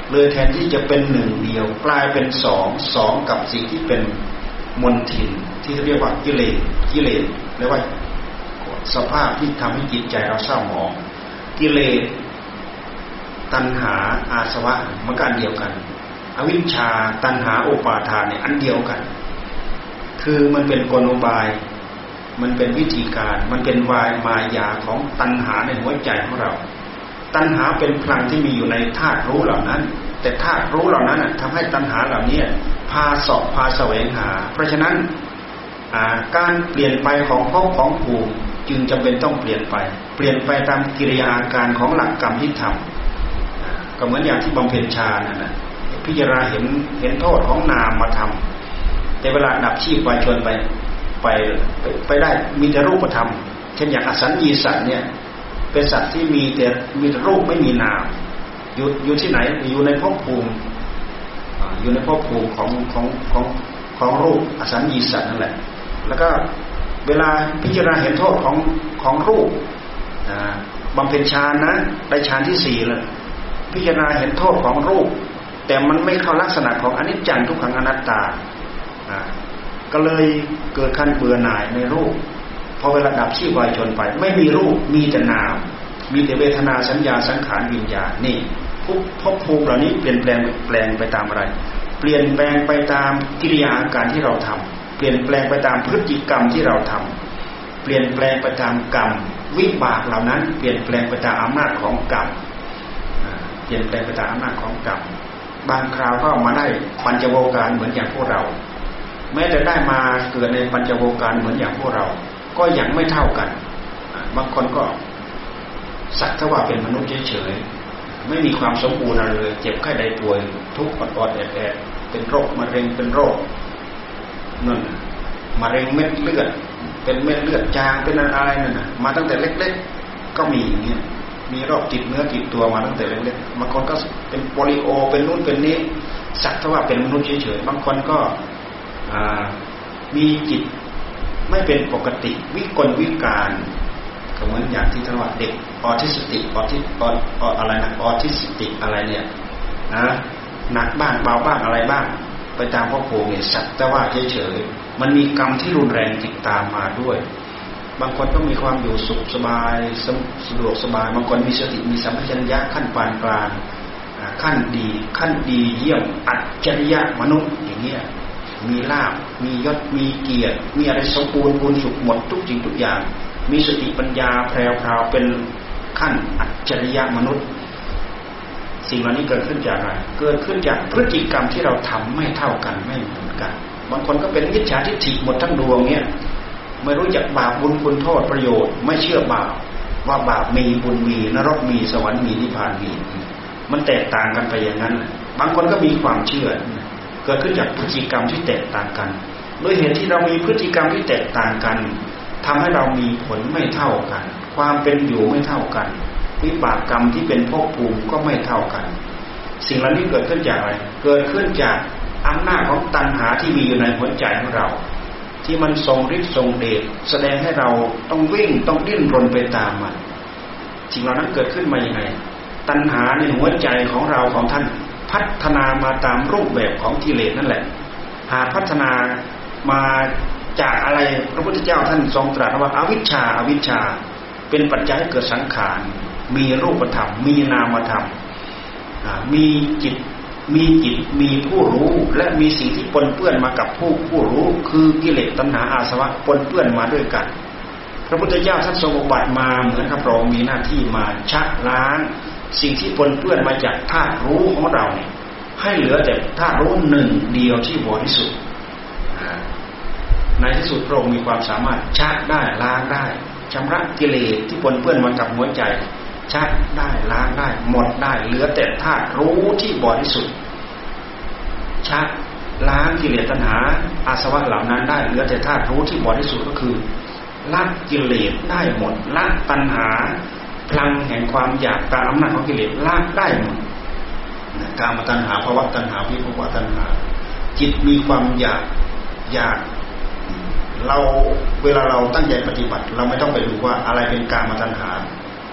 เลยแทนที่จะเป็นหนึ่งเดียวกลายเป็นสองสองกับสิ่งที่เป็นมลทินที่เรียกว่ากิเลสกิเลสเรียกว่าสภาพที่ทำให้จิตใจเราเศร้าหมองกิเลสตัณหาอาสวะมันก็อันเดียวกันอวิชชาตัณหาอุปาทานเนี่ยอันเดียวกันคือมันเป็นกลอุบายมันเป็นวิธีการมันเป็นวายมายาของตัณหาในหัวใจของเราตัณหาเป็นพลังที่มีอยู่ในธาตุรู้เหล่านั้นแต่ธาตุรู้เหล่านั้นทำให้ตัณหาเหล่านี้พาเสาะพาแสวงหาเพราะฉะนั้นการเปลี่ยนไปของภพของภูมิจึงจำเป็นต้องเปลี่ยนไปเปลี่ยนไปตามกิริยาอาการของหลักกรรมที่ทำก็เหมือนอย่างที่บำเพ็ญฌานนั่นแหละพิจารณาเห็นเห็นโทษของนามมาทำแต่เวลาดับชีพวายชนไปไปไปได้มีแต่รูปธรรมเช่นอย่างอสัญญีสัตว์เนี่ยเป็นสัตว์ที่มีแต่มีแต่รูปไม่มีนามอยู่อยู่ที่ไหนอยู่ในภพภูมิอยู่ในภพภูมิของของของของรูปอสัญญีสัตว์นั่นแหละแล้วก็เวลาพิจารณาเห็นโทษของของรูปบำเพ็ญฌานนะได้ฌานที่สี่แล้วพิจารณาเห็นโทษของรูปแต่มันไม่เข้าลักษณะของอนิจจังทุกขังอนัตตาก็เลยเกิดขั้นเบื่อหน่ายในรูปพอเวลาดับชีพวายชนไปไม่มีรูปมีแต่นามมีแต่เวทนาสัญญาสังขารวิญญาณนี่ภพภพภูมิเหล่านี้เปลี่ยนแปลงแปลงไปตามอะไรเปลี่ยนแปลงไปตามกิริยาอาการที่เราทำเปลี่ยนแปลงไปตามพฤติกรรมที่เราทำเปลี่ยนแปลงไปตามกรรมวิบากเหล่านั้นเปลี่ยนแปลงไปตามอำนาจของกรรมเปลี่ยนแปลงไปตามอำนาจของกรรมบางคราวก็มาได้ปัญจโวการเหมือนอย่างพวกเราแม้แต่ได้มาเกิดในปัญจโวการเหมือนอย่างพวกเราก็ยังไม่เท่ากันบางคนก็สักเท่าว่าเป็นมนุษย์เฉยๆไม่มีความสมบูรณ์อะไรเลยเจ็บไข้ได้ป่วยทุกข์อดๆแอดๆเป็นโรคมะเร็งเป็นโรคนั่นมะเร็งเม็ดเลือดเป็นเม็ดเลือดจางเป็นอะไรนั่นน่ะมาตั้งแต่เล็กๆก็มีอย่างเงี้ยมีโรคติดเนื้อติดตัวมาตั้งแต่เล็กๆบางคนก็เป็นโปลิโอเป็นนู่นเป็นนี้สักเท่าว่าเป็นมนุษย์เฉยๆบางคนก็มีจิตไม่เป็นปกติวิกลวิการก็เหมือนอย่างที่ท่านว่าเด็กออทิสติกออทิสอออะไรนะออทิสติกอะไรเนี่ยนะหนักบ้างเบาบ้างอะไรบ้างไปตามพ่อโพเนี่ยสักแต่ว่าเฉยๆมันมีกรรมที่รุนแรงติดตามมาด้วยบางคนก็มีความอยู่สุขสบายสะดวกสบายบางคนมีสติมีสัมปชัญญะขั้นปานกลางขั้นดีขั้นดีเยี่ยมอัจฉริยะมนุษย์อย่างเงี้ยมีลาภมียศมีเกียรติมีอะไรสมบูรณ์บุญสุขหมดทุกสิ่งทุกอย่างมีสติปัญญาแพรวๆเป็นขั้นอัจฉริยะมนุษย์สิ่งเหล่านี้เกิดขึ้นจากอะไรเกิดขึ้นจากพฤติกรรมที่เราทำไม่เท่ากันไม่เหมือนกันบางคนก็เป็นมิจฉาทิฏฐิหมดทั้งดวงเนี่ยไม่รู้จักบาปบุญคุณโทษประโยชน์ไม่เชื่อบาปว่าบาปมีบุญมีนรกมีสวรรค์มีนิพพานมีมันแตกต่างกันไปอย่างนั้นบางคนก็มีความเชื่อเกิดขึ้นจากพฤติกรรมที่แตกต่างกันด้วยเหตุที่เรามีพฤติกรรมที่แตกต่างกันทำให้เรามีผลไม่เท่ากันความเป็นอยู่ไม่เท่ากันวิบากกรรมที่เป็นภพภูมิก็ไม่เท่ากันสิ่งเหล่านี้เกิดขึ้นจากอะไรเกิดขึ้นจากอำนาจของตัณหาที่มีอยู่ในหัวใจของเราที่มันทรงฤทธิ์ทรงเดชแสดงให้เราต้องวิ่งต้องดิ้นรนไปตามมันสิ่งเหล่านั้นเกิดขึ้นมาอย่างไรตัณหาในหัวใจของเราของท่านพัฒนามาตามรูปแบบของกิเลสนั่นแหละหากพัฒนามาจากอะไรพระพุทธเจ้าท่านทรงตรัสว่าอวิชชาอวิชชาเป็นปัจจัยให้เกิดสังขารมีรูปธรรมมีนามธรรมมีจิตมีจิตมีผู้รู้และมีสิ่งที่ปนเปื้อนมากับผู้ผู้รู้คือกิเลสตัณหาอาสวะปนเปื้อนมาด้วยกันพระพุทธเจ้าท่านทรงอุบัติมาเหมือนกับเรามีหน้าที่มาชะล้างสิ่งที่ปนเปื้อนมาจากธาตุรู้ของเราเนี่ยให้เหลือแต่ธาตุรู้หนึ่งเดียวที่บริสุทธิ์ในที่สุดพระองค์มีความสามารถชะได้ล้างได้ชำระกิเลสที่ปนเปื้อนมากับหัวใจชะได้ล้างได้หมดได้เหลือแต่ธาตุรู้ที่บริสุทธิ์ชะล้างกิเลสตัณหาอาสวะเหล่านั้นได้เหลือแต่ธาตุรู้ที่บริสุทธิ์ก็คือละกิเลสได้หมดละตัณหาพลังแห่งความอยากตามอำนาจของกิเลสละได้หมดกามตัณหาภวตัณหาวิภวตัณหาจิตมีความอยากอยากเราเวลาเราตั้งใจปฏิบัติเราไม่ต้องไปดูว่าอะไรเป็นกามตัณหา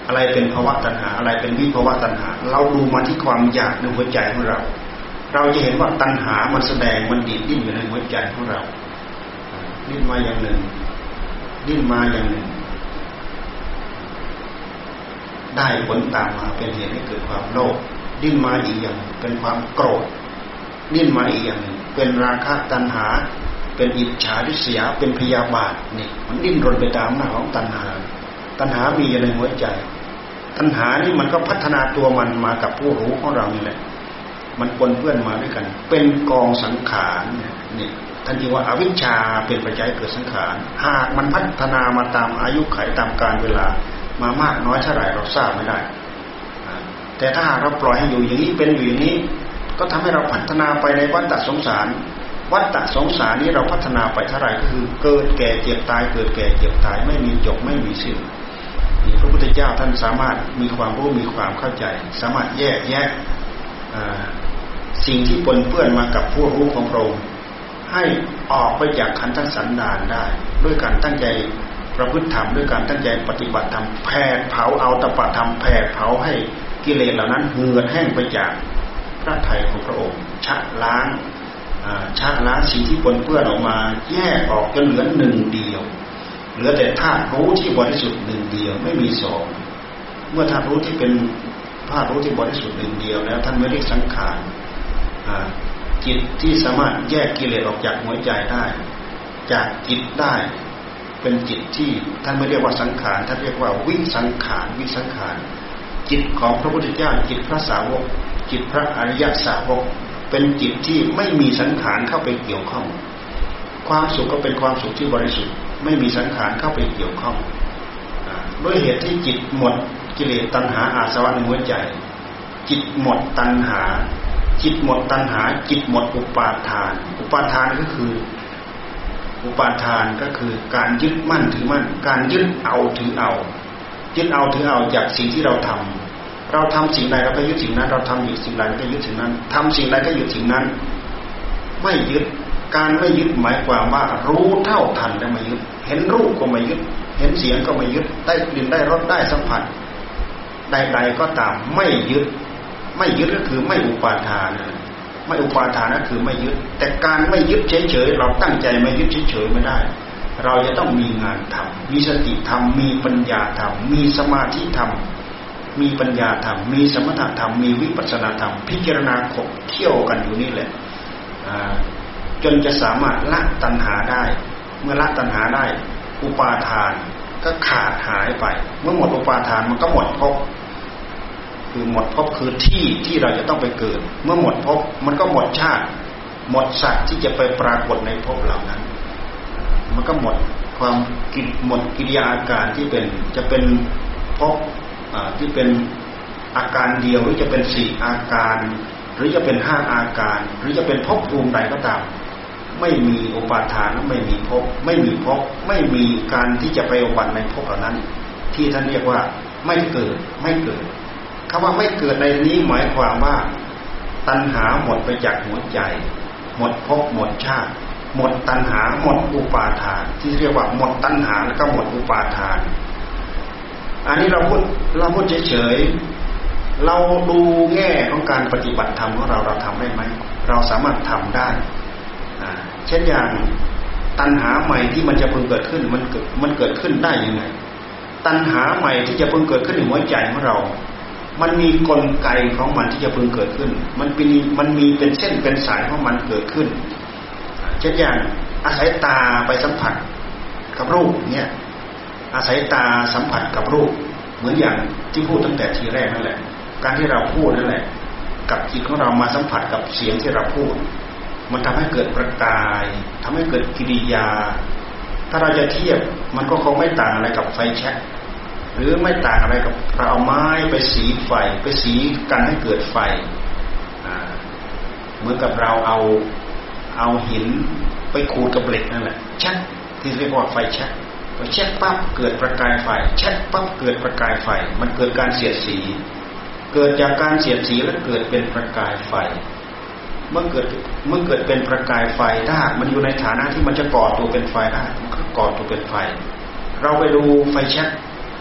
อะไรเป็นภาวะตัณหาอะไรเป็นวิภาวะตัณหาเราดูมาที่ความอยากในหัวใจของเราเราจะเห็นว่าตัณหามันแสดงมันดีดดิ้นอยู่ในหัวใจของเราดิ้นมาอย่างหนึ่งดิ้นมาอย่างหนึ่งได้ผลตามมาเป็นเหตุให้เกิดความโลภดิ้นมาอีกอย่างเป็นความโกรธดิ้นมาอีกอย่างหนึ่งเป็นราคะตัณหาเป็นอิจฉาริษยาเป็นพยาบาทนี่มันดิ้นรนไปตามหน้าของตัณหาตัณหามีอยู่ในหัวใจตัณหานี่มันก็พัฒนาตัวมันมากับผู้รู้ของเรานี่แหละมันปนเปื้อนมาด้วยกันเป็นกองสังขารนี่ท่านจึงว่าอวิชชาเป็นปัจจัยเกิดสังขารหากมันพัฒนามาตามอายุขัยตามกาลเวลามามากน้อยเท่าไหร่เราทราบไม่ได้แต่ถ้าเราปล่อยให้อยู่อย่างนี้เป็นอยู่อย่างนี้ก็ทำให้เราพัฒนาไปในวัฏฏะสงสารวัฏฏะสงสารนี้เราพัฒนาไปเท่าไหร่ก็คือเกิดแก่เจ็บตายเกิดแก่เจ็บตายไม่มีจบไม่มีสิ้นพระพุทธเจ้าท่านสามารถมีความรู้มีความเข้าใจสามารถแยกแยะสิ่งที่ปนเปื้อนมากับผู้รู้ของพระองค์ให้ออกไปจากขันธสันดานได้ด้วยการตั้งใจประพฤติธรรมด้วยการตั้งใจปฏิบัติธรรมแผดเผาเอาตปะธรรมแผดเผาให้กิเลสเหล่านั้นเหือดแห้งไปจากพระทัยของพระองค์ชะล้างชะล้างสิ่งที่ปนเปื้อนออกมาแยกออกจนเหลือหนึ่งเดียวเหลือแต่ธาตุรู้ที่บริสุทธิ์หนึ่งเดียวไม่มีสองเมื่อธาตุรู้ที่เป็นธาตุรู้ที่บริสุทธิ์หนึ่งเดียวแล้วท่านไม่เรียกสังขารจิตที่สามารถแยกกิเลสออกจากหัวใจได้จากจิตได้เป็นจิตที่ท่านไม่เรียกว่าสังขารท่านเรียกว่าวิสังขารวิสังขารจิตของพระพุทธเจ้าจิตพระสาวกจิตพระอริยสาวกเป็นจิตที่ไม่มีสังขารเข้าไปเกี่ยวข้องความสุขก็เป็นความสุขที่บริสุทธิ์ไม่มีสังขารเข้าไปเกี่ยวข้องด้วยเหตุที่จิตหมดกิเลสตัณหาอาสวะในหัวใจจิตหมดตัณหาจิตหมดตัณหาจิตหมดอุปาทานอุปาทานก็คืออุปาทานก็คือการยึดมั่นถือมั่นการยึดเอาถือเอายึดเอาถือเอาจากสิ่งที่เราทำเราทำสิ่งใดเราก็ยึดสิ่งนั้นเราทำอยู่สิ่งใดก็ยึดสิ่งนั้นทำสิ่งใดก็ยึดสิ่งนั้นไม่ยึดการไม่ยึดหมายความว่ารู้เท่าทันแล้วไม่ยึดเห็นรูปก็ไม่ยึดเห็นเสียงก็ไม่ยึดได้กลิ่นได้รสได้สัมผัสใดๆก็ตามไม่ยึดไม่ยึดก็คือไม่อุปาทานไม่อุปาทานก็คือไม่ยึดแต่การไม่ยึดเฉยๆเราตั้งใจไม่ยึดเฉยๆไม่ได้เราจะต้องมีงานทำมีสติธรรมมีปัญญาธรรมมีสมาธิธรรมมีปัญญาธรรมมีสมถะธรรมมีวิปัสสนาธรรมพิจารณาขบเคี่ยวกันอยู่นี่แหละจนจะสามารถละตัณหาได้เมื่อละตัณหาได้อุปาทานก็ขาดหายไปเมื่อหมดอุปาทานมันก็หมดภพคือหมดภพคือที่ที่เราจะต้องไปเกิดเมื่อหมดภพมันก็หมดชาติหมดสัตว์ที่จะไปปรากฏในภพเหล่านั้นมันก็หมดความกิจหมดกิริยาอาการที่เป็นจะเป็นภพที่เป็นอาการเดียวหรือจะเป็นสี่อาการหรือจะเป็นห้าอาการหรือจะเป็นภพภูมิใดก็ตามไม่มีอุปาทานไม่มีภพไม่มีภพไม่มีการที่จะไปอุบัติในภพเหล่านั้นที่ท่านเรียกว่าไม่เกิดไม่เกิดคำว่าไม่เกิดในนี้หมายความว่าตัณหาหมดไปจากหัวใจหมดภพหมดชาติหมดตัณหาหมดอุปาทานที่เรียกว่าหมดตัณหาแล้วก็หมดอุปาทานอันนี้เราพูดเราพูดเฉยๆเราดูแง่ของการปฏิบัติธรรมของเราเราทำได้ไหมเราสามารถทำได้เช่นอย่างตัณหาใหม่ที่มันจะเพิ่งเกิดขึ้นมันเกิดมันเกิดขึ้นได้ยังไงตัณหาใหม่ที่จะเพิ่งเกิดขึ้นในหัวใจของเรามันมีกลไกของมันที่จะเพิ่งเกิดขึ้นมันเป็นมันมีเป็นเส้นเป็นสายของมันเกิดขึ้นเช่นอย่างอาศัยตาไปสัมผัสกับรูปเนี่ยอาศัยตาสัมผัสกับรูปเหมือนอย่างที่พูดตั้งแต่ทีแรกนั่นแหละการที่เราพูดนั่นแหละกับจิตของเรามาสัมผัสกับเสียงที่เราพูดมันทำให้เกิดประกายทำให้เกิดกิริยาถ้าเราจะเทียบมันก็คงไม่ต่างอะไรกับไฟแช็กหรือไม่ต่างอะไรกับเราเอาไม้ไปสีไฟไปสีกันให้เกิดไฟเหมือนกับเราเอาเอาหินไปขูดกับเหล็กนั่นแหละแช็กที่เรียกว่าไฟแช็กพอแช็กปั๊บเกิดประกายไฟแช็กปั๊บเกิดประกายไฟมันเกิดการเสียดสีเกิดจากการเสียดสีแล้วเกิดเป็นประกายไฟเมื่อเกิดเมื่อเกิดเป็นประกายไฟถ้ามันอยู่ในฐานะที่มันจะก่อตัวเป็นไฟได้มันก็ก่อตัวเป็นไฟเราไปดูไฟแช็กไฟ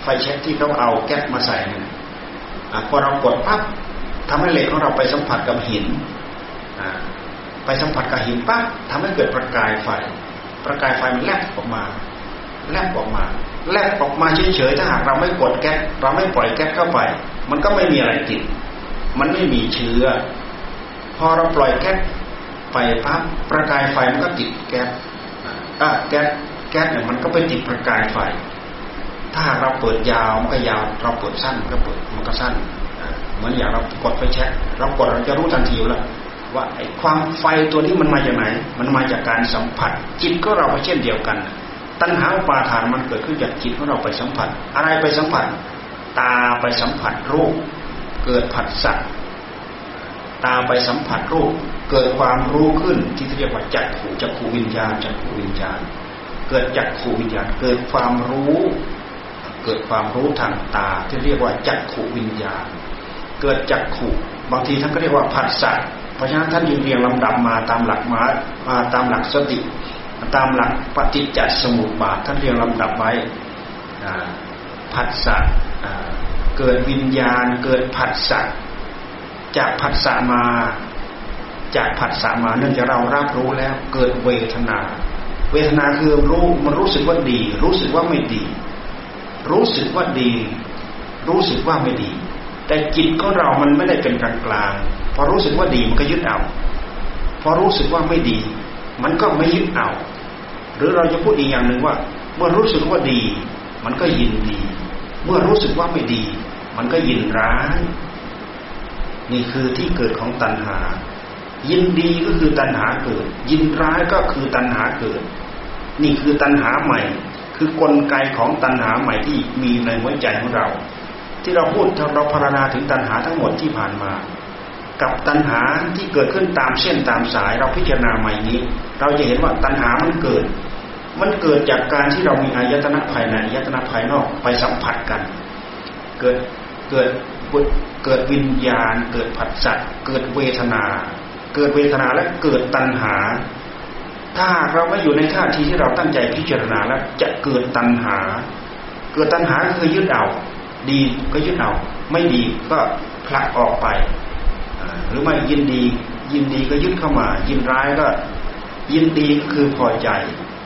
ไฟแช็กที่เขาเอาแก๊สมาใส่เนี่ยพอเรากดปั๊บทำให้เหล็กของเราไปสัมผัสกับหินไปสัมผัสกับหินปั๊บทำให้เกิดประกายไฟประกายไฟมันแลบออกมาแลบออกมาแลบออกมาเฉยๆถ้าหากเราไม่กดแก๊สเราไม่ปล่อยแก๊สเข้าไปมันก็ไม่มีอะไรติดมันไม่มีเชื้อพอเราปล่อยแก๊สไปปั๊บประกายไฟมันก็ติดแก๊สอ่ะแก๊สแก๊สเนี่ยมันก็ไปติดประกายไฟถ้าหากเราเปิดยาวมันก็ยาวเราเปิดสั้นมันก็เปิดมันก็สั้นเหมือนอย่างเรากดไฟแช็กเรากดเราจะรู้ทันทีแล้วว่าไอ้ความไฟตัวนี้มันมาจากไหนมันมาจากการสัมผัสจิตก็เราก็เช่นเดียวกันตัณหาอุปาทานมันเกิดขึ้นจากจิตของเราไปสัมผัสอะไรไปสัมผัสตาไปสัมผัสรูปเกิดผัสสะตาไปสัมผัสรูปเกิดความรู้ขึ้นที่เรียกว่าจักขุจักขุวิญญาณจักขุวิญญาณเกิดจักขุวิญญาณเกิดความรู้เกิดความรู้ทางตาที่เรียกว่าจักขุวิญญาณเกิดจักขุบางทีท่านก็เรียกว่าผัสสะเพราะฉะนั้นท่านยืนเรียงลำดับมาตามหลักมามาตามหลักสติตามหลักปฏิจจสมุปบาทท่านเรียงลำดับไว้ผัสสะเกิดวิญญาณเกิดผัสสะจากผัสสะมาจากผัสสะมาเนื่องจากเรารับรู้แล้วเกิดเวทนาเวทนาคือรู้มันรู้สึกว่าดีรู้สึกว่าไม่ดีรู้สึกว่าดีรู้สึกว่าไม่ดีแต่จิตของเรามันไม่ได้เป็นกลางกลางพอรู้สึกว่าดีมันก็ยึดเอาพอรู้สึกว่าไม่ดีมันก็ไม่ยึดเอาหรือเราจะพูดอีกอย่างหนึ่งว่าเมื่อรู้สึกว่าดีมันก็ยินดีเมื่อรู้สึกว่าไม่ดีมันก็ยินร้ายนี่คือที่เกิดของตัณหายินดีก็คือตัณหาเกิดยินร้ายก็คือตัณหาเกิดนี่คือตัณหาใหม่คือกลไกของตัณหาใหม่ที่มีในหัวใจของเราที่เราพูดเราพรรณนาถึงตัณหาทั้งหมดที่ผ่านมากับตัณหาที่เกิดขึ้นตามเส้นตามสายเราพิจารณาใหม่นี้เราจะเห็นว่าตัณหามันเกิดมันเกิดจากการที่เรามีอายตนะภายในอายตนะภายนอกไปสัมผัสกันเกิดเกิดเกิดวิญญาณเกิดผัสสะเกิดเวทนาเกิดเวทนาและเกิดตัณหาถ้าเราไม่อยู่ในท่าทีที่เราตั้งใจพิจารณาแล้วจะเกิดตัณหาเกิดตัณหาก็คือยึดเอาดีก็ยึดเอาไม่ดีก็ผลักออกไปหรือไม่ยินดียินดีก็ยึดเข้ามายินร้ายก็ยินดีก็คือพอใจ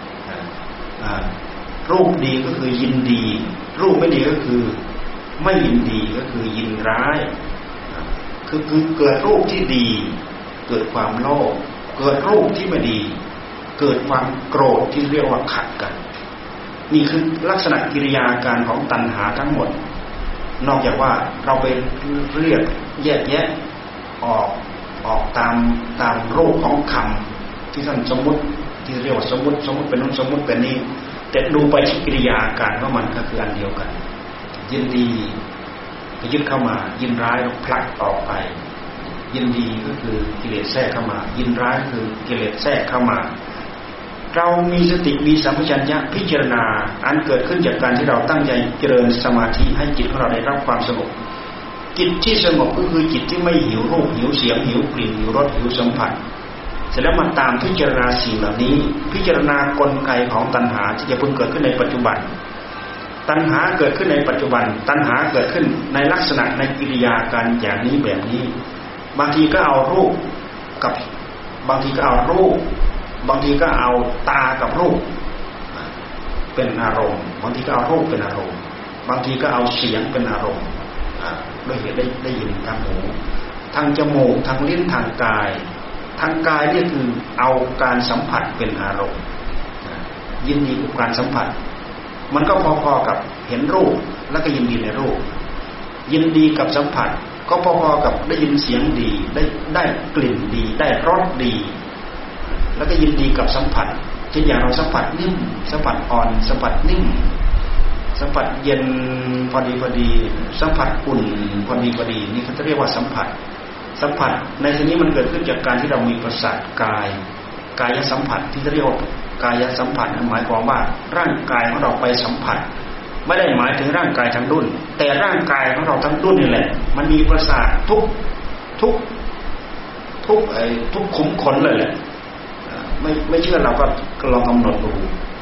รูปดีก็คือยินดีรูปไม่ดีก็คือไม่ยินดีก็คือยินร้ายคือคือเกิดรูปที่ดีเกิดความโลภเกิดรูปที่ไม่ดีเกิดความโกรธที่เรียกว่าขัดกันนี่คือลักษณะกิริยาการของตัณหาทั้งหมดนอกจากว่าเราไปเรียกแยกแยะออกออกตามตามรูปของคำที่ท่านสมมุติที่เรียกว่าสมมุติสมมุติเป็นนู้นสมมุติเป็นนี้แต่ดูไปที่กิริยาการของมันก็คืออันเดียวกันยินดีก็ยึดเข้ามายินร้ายก็ผลักออกไปยินดีก็คือกิเลสแทรกเข้ามายินร้ายก็คือกิเลสแทรกเข้ามาเรามีสติมีสัมปชัญญะพิจารณาอันเกิดขึ้นจากการที่เราตั้งใจเจริญสมาธิให้จิตของเราได้รับความสงบจิตที่สงบก็คือจิตที่ไม่หิวรูปหิวเสียงหิวกลิ่นหิวรสหิวสัมผัสเสร็จแล้วมาตามพิจารณาสิ่งเหล่านี้พิจารณากลไกของตัณหาที่จะเพิ่งเกิดขึ้นในปัจจุบันตัณหาเกิดขึ้นในปัจจุบันตัณหาเกิดขึ้นในลักษณะในกิริยาการอย่างนี้แบบนี้บางทีก็เอารูปกับบางทีก็เอารูปบางทีก็เอาตากับรูปเป็นอารมณ์บางทีก็เอารูปเป็นอารมณ์บางทีก็เอาเสียงเป็นอารมณ์ด้วยเหตุได้ได้ยินทางหูทางจมูกทางลิ้นทางกายทางกายนี่คือเอาการสัมผัสเป็นอารมณ์ยินดีกับการสัมผัสมันก็พอๆกับเห็นรูปแล้วก็ยินดีในรูปยินดีกับสัมผัสก็พอๆกับได้ยินเสียงดีได้ได้กลิ่นดีได้รสดีแล้วก็ยินดีกับสัมผัสเช่นอย่างเราสัมผัสนิ่มสัมผัสอ่อนสัมผัสนิ่มสัมผัสเย็นพอดีพอดีสัมผัสอุ่นพอดีพอดีนี่เขาจะเรียกว่าสัมผัสสัมผัสในที่นี้มันเกิดขึ้นจากการที่เรามีประสาทกายกายสัมผัสที่จะเรียกว่ากายสัมผัสหมายความว่าร่างกายของเราไปสัมผัสไม่ได้หมายถึงร่างกายทั้งดุ่นแต่ร่างกายของเราทั้งดุ่นนี่แหละมันมีประสาททุกทุกทุกไอ้ทุกขุมขนเลยแหละไม่ไม่เชื่อเราก็ลองกำหนดดู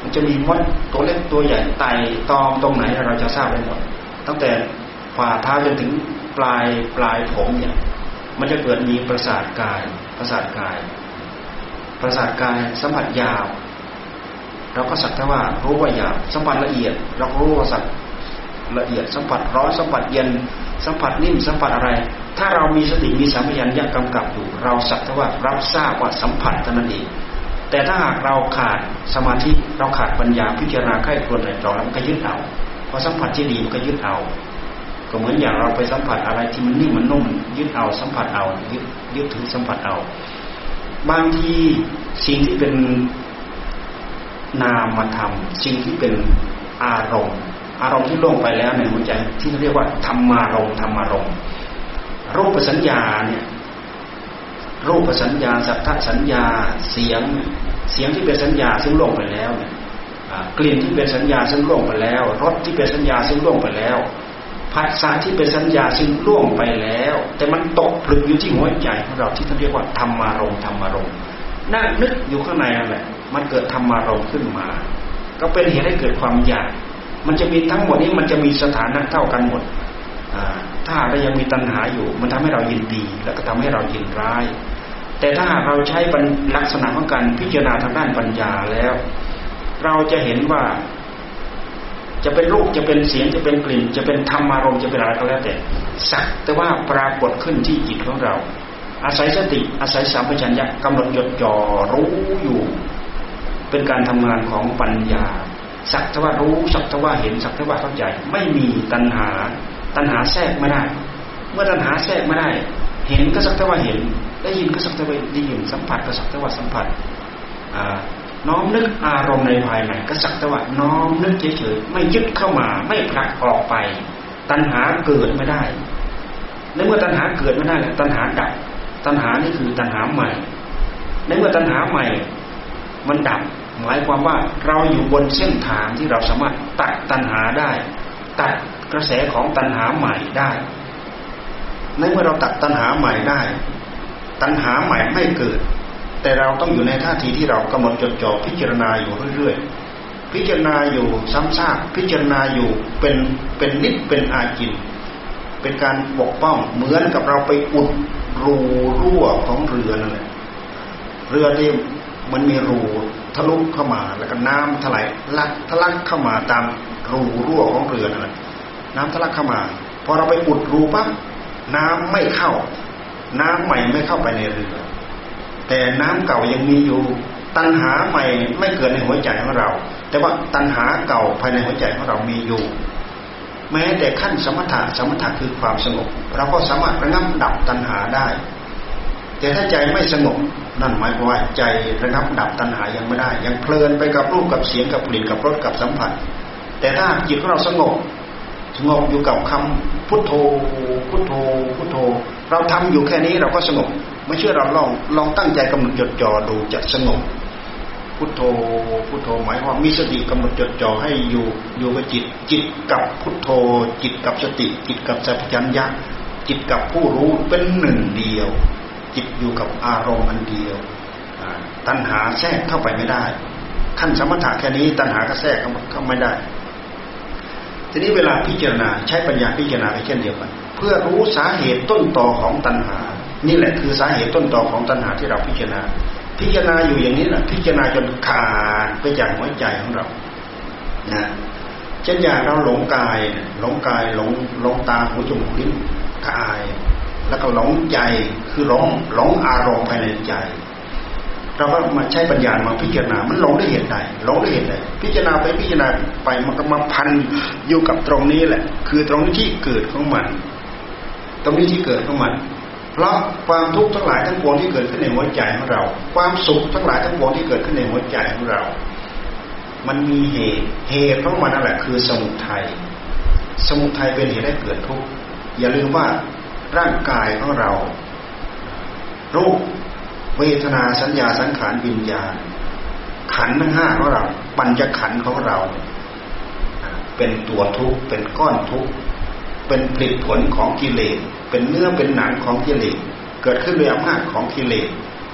มันจะมีมดตัวเล็กตัวใหญ่ไต่ตอมตรงไหนเราจะทราบได้หมดตั้งแต่ฝ่าเท้าจนถึงปลายปลายผมเนี่ยมันจะเกิดมีประสาทกายประสาทกายประสาทกายสัมผัสหยาบเราก็สักแต่ว่ารู้ว่าหยาบสัมผัสละเอียดเราก็รู้ว่าสักละเอียดสัมผัสร้อนสัมผัสเย็นสัมผัสนิ่มสัมผัสอะไรถ้าเรามีสติมีสัมปชัญญะกำกับอยู่เราสักแต่ว่ารับทราบว่าสัมผัสเท่านั้นเองแต่ถ้าหากเราขาดสมาธิเราขาดปัญญาพิจารณาใกล้ครวนไตร่ตรองแล้วมันก็ยึดเอาพอสัมผัสที่ดีมันก็ยึดเอาก็เหมือนอย่างเราไปสัมผัสอะไรที่มันนิ่มมันนุ่มยึดเอาสัมผัสเอายึดยึดถือสัมผัสเอาบางทีสิ่งที่เป็นนามธรรมสิ่งที่เป็นอารมณ์อารมณ์ที่ล่วงไปแล้วในหัวใจที่เรียกว่าธรรมารมณ์ธรรมารมณ์รูปสัญญาเนี่ยรูปสัญญาสัทธสัญญาเสียงเสียงที่เป็นสัญญาซึ่งล่วงไปแล้วเนี่ยกลิ่นที่เป็นสัญญาซึ่งล่วงไปแล้วรสที่เป็นสัญญาซึ่งล่วงไปแล้วภาษาที่เป็นสัญญาซึ่งล่วงไปแล้วแต่มันตกผลึกอยู่ที่หัวใจของเราที่ท่านเรียกว่าธรรมารมณ์ธรรมารมณ์นั่งนึกอยู่ข้างในนั่นแหละมันเกิดธรรมารมณ์ขึ้นมาก็เป็นเหตุให้เกิดความอยากมันจะมีทั้งหมดนี้มันจะมีสถานะเท่ากันหมดถ้าเรายังมีตัณหาอยู่มันทำให้เรายินดีแล้วก็ทำให้เรายินร้ายแต่ถ้าเราใช้ลักษณะของการพิจารณาทางด้านปัญญาแล้วเราจะเห็นว่าจะเป็นรูปจะเป็นเสียงจะเป็นกลิ่นจะเป็นธรรมารมณ์จะเป็นอะไรก็แล้วแต่สักแต่ว่าปรากฏขึ้นที่จิตของเราอาศัยสติอาศัยสัมปชัญญะกำหนดจดจ่อรู้อยู่เป็นการทำงานของปัญญาสักแต่ว่ารู้สักแต่ว่าเห็นสักแต่ว่าเข้าใจไม่มีตัณหาตัณหาแทรกไม่ได้เมื่อตัณหาแทรกไม่ได้เห็นก็สักแต่ว่าเห็นได้ยินก็สักแต่ว่าได้ยินสัมผัสก็สักแต่ว่าสัมผัสน้อมนึกอารมณ์ในภายในก็สักแต่ว่าน้อมนึกเฉยๆไม่ยึดเข้ามาไม่ผลักออกไปตัณหาเกิดไม่ได้ในเมื่อตัณหาเกิดไม่ได้ตัณหาดับตัณหานี่คือตัณหาใหม่ในเมื่อตัณหาใหม่มันดับหมายความว่าเราอยู่บนเส้นทางที่เราสามารถตัดตัณหาได้ตัดกระแสของตัณหาใหม่ได้ในเมื่อเราตัดตัณหาใหม่ได้ตัณหาใหม่ไม่เกิดแต่เราต้องอยู่ในท่าทีที่เรากำหนดจดจ่อพิจารณาอยู่เรื่อยๆพิจารณาอยู่ซ้ำซากพิจารณาอยู่เป็นเป็นนิดเป็นอาจินเป็นการปกป้องเหมือนกับเราไปอุดรูรั่วของเรือนั่นแหละเรือที่มันมีรูทะลุเข้ามาแล้วก็น้ำถลายลักทะลักเข้ามาตามรูรั่วของเรือนั่นแหละน้ำทะลักเข้ามาพอเราไปอุดรูปั๊บน้ำไม่เข้าน้ำใหม่ไม่เข้าไปในเรือแต่น้ำเก่ายังมีอยู่ตัณหาใหม่ไม่เกิดในหัวใจของเราแต่ว่าตัณหาเก่าภายในหัวใจของเรามีอยู่แม้แต่ขั้นสมถะสมถะคือความสงบเราก็สามารถระงับดับตัณหาได้แต่ถ้าใจไม่สงบนั่นหมายความว่าใจระงับดับตัณหายังไม่ได้ยังเพลินไปกับรูปกับเสียงกับกลิ่นกับรสกับสัมผัสแต่ถ้าจิตของเราสงบสงบอยู่กับคำพุทโธพุทโธพุทโธเราทำอยู่แค่นี้เราก็สงบไม่เชื่อเราลองลองตั้งใจกำหนดจดจ่อดูจะสงบพุทโธพุทโธหมายความมีสติกำหนดจดจ่อให้อยู่อยู่กับจิตจิตกับพุทโธจิตกับสติจิตกับสัพพัญญะจิตกับผู้รู้เป็นหนึ่งเดียวจิตอยู่กับอารมณ์อันเดียวตัณหาแทรกเข้าไปไม่ได้ขั้นสมถะแค่นี้ตัณหาก็แทรกเข้าไม่ได้ทีนี้เวลาพิจารณาใช้ปัญญาพิจารณาไปเช่นเดียวกันเพื่อรู้สาเหตุต้นตอของตัณหานี่แหละคือสาเหตุต้นตอของตัณหาที่เราพิจารณาพิจารณาอยู่อย่างนี้แหละพิจารณาจนขาดไปจากหัวใจของเรานะเช่นอย่างเราหลงกายหลงกายหลงหลงตาหูจมูกลิ้นกายแล้วก็หลงใจคือหลงหลงอารมณ์ภายในใจเราก็มาใช้ปัญญามาพิจารณามันหลงได้เหตุใดหลงได้เหตุใดพิจารณาไปพิจารณาไปมันก็มาพันอยู่กับตรงนี้แหละคือตรงนี้ที่เกิดของมันตรงนี้ที่เกิดของมันเพราะความทุกข์ทั้งหลายทั้งปวงที่เกิดขึ้นในหัวใจของเราความสุขทั้งหลายทั้งปวงที่เกิดขึ้นในหัวใจของเรามันมีเหตุเหตุของมันนั่นแหละคือสมุทัยสมุทัยเป็นเหตุให้เกิดทุกข์อย่าลืมว่าร่างกายของเรารูปเวทนาสัญญาสังขารวิญญาณขันธ์ทั้งห้าของเราปัญจขันธ์ของเราเป็นตัวทุกข์เป็นก้อนทุกข์เป็นผลผลของกิเลสเป็นเนื้อเป็นหนังของกิเลสเกิดขึ้นด้วยอำนาจของกิเลส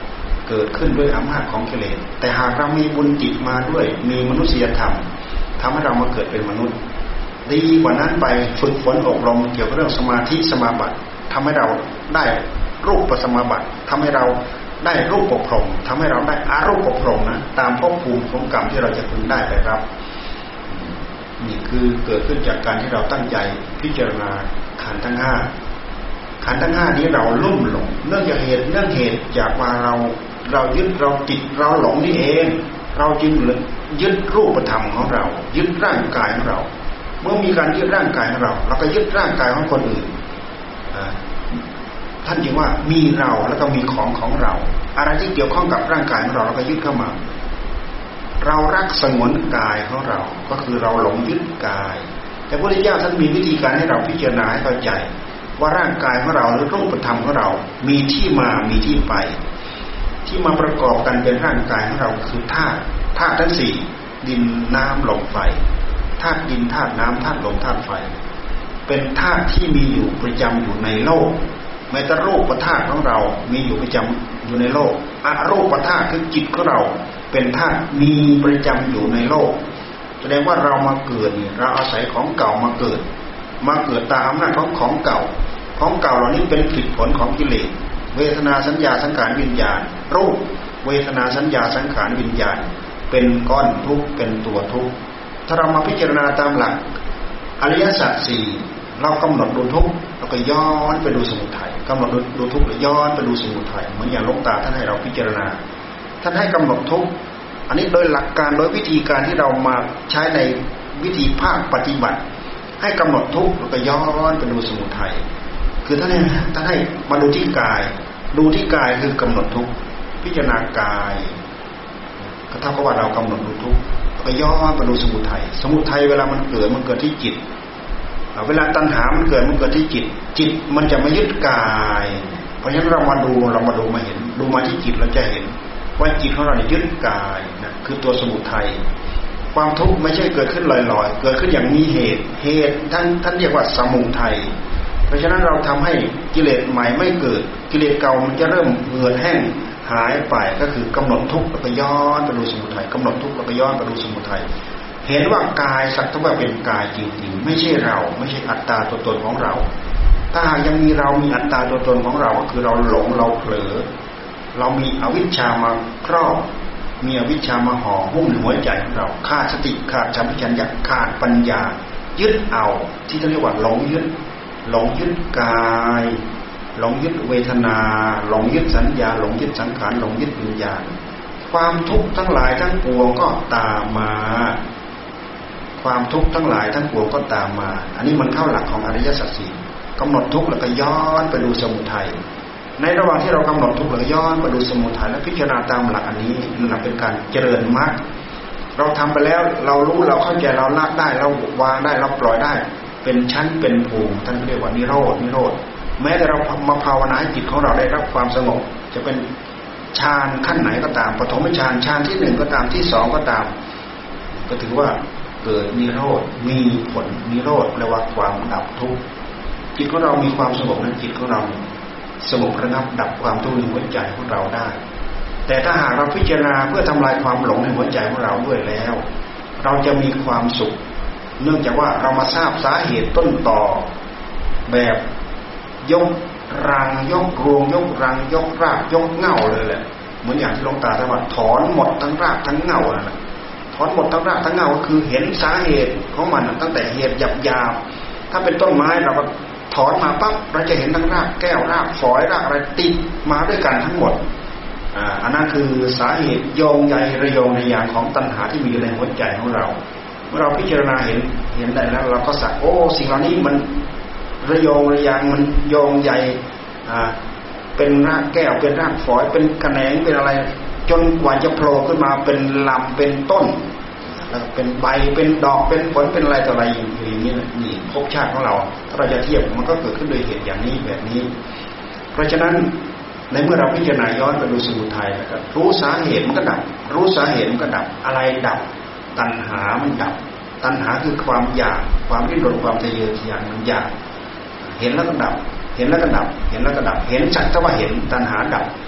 เกิดขึ้นด้วยอำนาจของกิเลสแต่หากเรามีบุญจิตมาด้วยมีมนุษยธรรมทำให้เรามาเกิดเป็นมนุษย์ดีกว่านั้นไปฝึกฝนอบรมเกี่ยวกับเรื่องสมาธิสมาบัติทำให้เราได้รูปสมาบัติทำให้เราได้รูปปพรหมทำให้เราได้อารูปปพรหมนะตามภพภูมิของกรรมที่เราจะพึงได้ไปรับนี่คือเกิดขึ้นจากการที่เราตั้งใจพิจารณาขันธ์ทั้งห้าขันธ์ทั้งห้านี้เราลุ่มหลงเนื่องจากเหตุเนื่องเหตุจากว่าเราเรายึดเราติดเราหลงนี่เองเราจึงยึดรูปธรรมของเรายึดร่างกายของเราเมื่อมีการยึดร่างกายของเราเราก็ยึดร่างกายของคนอื่นท่านจึงว่ามีเราแล้วก็มีของของเราอะไรที่เกี่ยวข้องกับร่างกายของเราเราก็ยึดเข้ามาเรารักสงวนกายของเราก็คือเราหลงยึดกายแต่พระพุทธเจ้าท่านมีวิธีการให้เราพิจารณาให้เข้าใจว่าร่างกายของเราหรือรูปธรรมของเรามีที่มามีที่ไปที่มาประกอบกันเป็นร่างกายของเราคือธาตุธาตุทั้งสี่ดินน้ำลมไฟธาตุดินธาตุน้ำธาตุลมธาตุไฟเป็นธาตุที่มีอยู่ประจำอยู่ในโลกแม้แต่รูปธาตุของเรามีอยู่ประจำอยู่ในโลกอรูปธาตุคือจิตของเราเป็นธาตุมีประจำอยู่ในโลกแสดงว่าเรามาเกิดเนี่ยเราอาศัยของเก่ามาเกิดมาเกิดตามอำนาจของของเก่าของเก่าเหล่านี้เป็นผลผลของกิเลสเวทนาสัญญาสังขารวิญญาณรูปเวทนาสัญญาสังขารวิญญาณเป็นก้อนทุกข์เป็นตัวทุกข์ถ้าเรามาพิจารณาตามหลักอริยสัจสี่เรากำหนดดูทุกข์เราก็ย้อนไปดูสมุทัยกำหนดดูทุกข์แล้วย้อนไปดูสมุทัยเหมือนอย่างหลวงตาท่านให้เราพิจารณาท่านให้กำหนดทุกข์อันนี้โดยหลักการโดยวิธีการที่เรามาใช้ในวิธีภาคปฏิบัติให้กำหนดทุกข์แล้วก็ย้อนไปดูสมุทัยคือท่านให้ท่านให้มาดูที่กายดูที่กายคือกำหนดทุกข์พิจารณากายก็เท่ากับว่าเรากำหนดดูทุกข์แล้วก็ย้อนไปดูสมุทัยสมุทัยเวลามันเกิดมันเกิดที่จิตเวลาตัณหามันเกิดมันเกิดที่จิตจิตมันจะไม่ยึดกายเพราะฉะนั้นเรามาดูเรามาดูมาเห็นดูมาที่จิตเราจะเห็นว่าจิตของเราเนี่ยยึดกายนะคือตัวสมุทัยความทุกข์ไม่ใช่เกิดขึ้นลอยๆเกิดขึ้นอย่างมีเหตุเหตุท่านท่านเรียกว่าสมุทัยเพราะฉะนั้นเราทำให้กิเลสใหม่ไม่เกิดกิเลสเก่ามันจะเริ่มเหือดแห้งหายไปก็คือกำหนดทุกข์แล้วก็ย้อนไปดูสมุทัยกำหนดทุกข์แล้วก็ย้อนไปดูสมุทัยเห็นว่ากายสักแต่ว่าเป็นกายจริงๆไม่ใช่เราไม่ใช่อัตตาตัวตนของเราถ้าหากยังมีเรามีอัตตาตัวตนของเราก็คือเราหลงเราเผลอเรามีอวิชชามาครอบมีอวิชชามาห่อหุ้มหัวใจของเราขาดสติขาดสัมปชัญญะขาดปัญญายึดเอาที่เรียกว่าหลงยึดหลงยึดกายหลงยึดเวทนาหลงยึดสัญญาหลงยึดสังขารหลงยึดวิญญาณความทุกข์ทั้งหลายทั้งปวงก็ตามมาความทุกข์ทั้งหลายทั้งปวงก็ตามมาอันนี้มันเข้าหลักของอริยสัจสี่กำหนดทุกข์แล้วก็ย้อนไปดูสมุทัยในระหว่างที่เรากำหนดทุกข์แล้วย้อนไปดูสมุทัยและพิจารณาตามหลักอันนี้นั่นเป็นการเจริญมรรคเราทำไปแล้วเรารู้เราเข้าใจเราละได้เราวางได้เราปล่อยได้เป็นชั้นเป็นภูมิท่านเรียกว่านิโรธนิโรธแม้แต่เรามาภาวนาให้จิตของเราได้รับความสงบจะเป็นฌานขั้นไหนก็ตามปฐมฌานฌานที่หนึ่งก็ตามที่สองก็ตามก็ถือว่าเกิดนิโรธมีผลนิโรธแปลว่าความดับทุกข์จิตของเรามีความสงบนั้นจิตของเราสงบระงับดับความทุกข์ในหัวใจของเราได้แต่ถ้าหากเราพิจารณาเพื่อทำลายความหลงในหัวใจของเราด้วยแล้วเราจะมีความสุขเนื่องจากว่าเรามาทราบสาเหตุต้นต่อแบบยกรังยกรวงยกรังยกรากยกเง่าเลยแหละเหมือนอย่างที่หลวงตาท่านว่าถอนหมดทั้งรากทั้งเง่านั่นแหละถอนหมดทั้งรากทั้งเง่าก็คือเห็นสาเหตุของมันตั้งแต่เหตุหยาบๆถ้าเป็นต้นไม้เราก็ถอนมาปั๊บเราจะเห็นทั้งรากแก้วรากฝอยรากอะไรติดมาด้วยกันทั้งหมดอ่าอันนั้นคือสาเหตุโยงใยระโยงในยางของตัณหาที่มีอยู่ในหัวใจของเราเมื่อเราพิจารณาเห็นเห็นได้แล้วเราก็สักโอ้สิ่งเหล่านี้มันระโยงระยางมันโยงใยอ่าเป็นรากแก้วเป็นรากฝอยเป็นกระแหนงเป็นอะไรจนกว่าจะโผล่ขึ้นมาเป็นลำเป็นต้นแล้วเป็นใบเป็นดอกเป็นผลเป็นอะไรต่ออะไรอย่างนี้นะนี่ภพชาติของเราถ้าเราจะเทียบมันก็เกิดขึ้นโดยเหตุอย่างนี้แบบนี้เพราะฉะนั้นในเมื่อเราพิจารณาย้อนไปดูสมุทัยแล้วก็รู้สาเหตุมันก็ดับรู้สาเหตุมันก็ดับอะไรดับตัณหามันดับตัณหาคือความอยากความริ้นรนความทะเยอทะยานมันอยากเห็นแล้วก็ดับเห็นแล้วก็ดับเห็นแล้วก็ดับเห็นสักแต่ว่าเห็นตัณหาดับ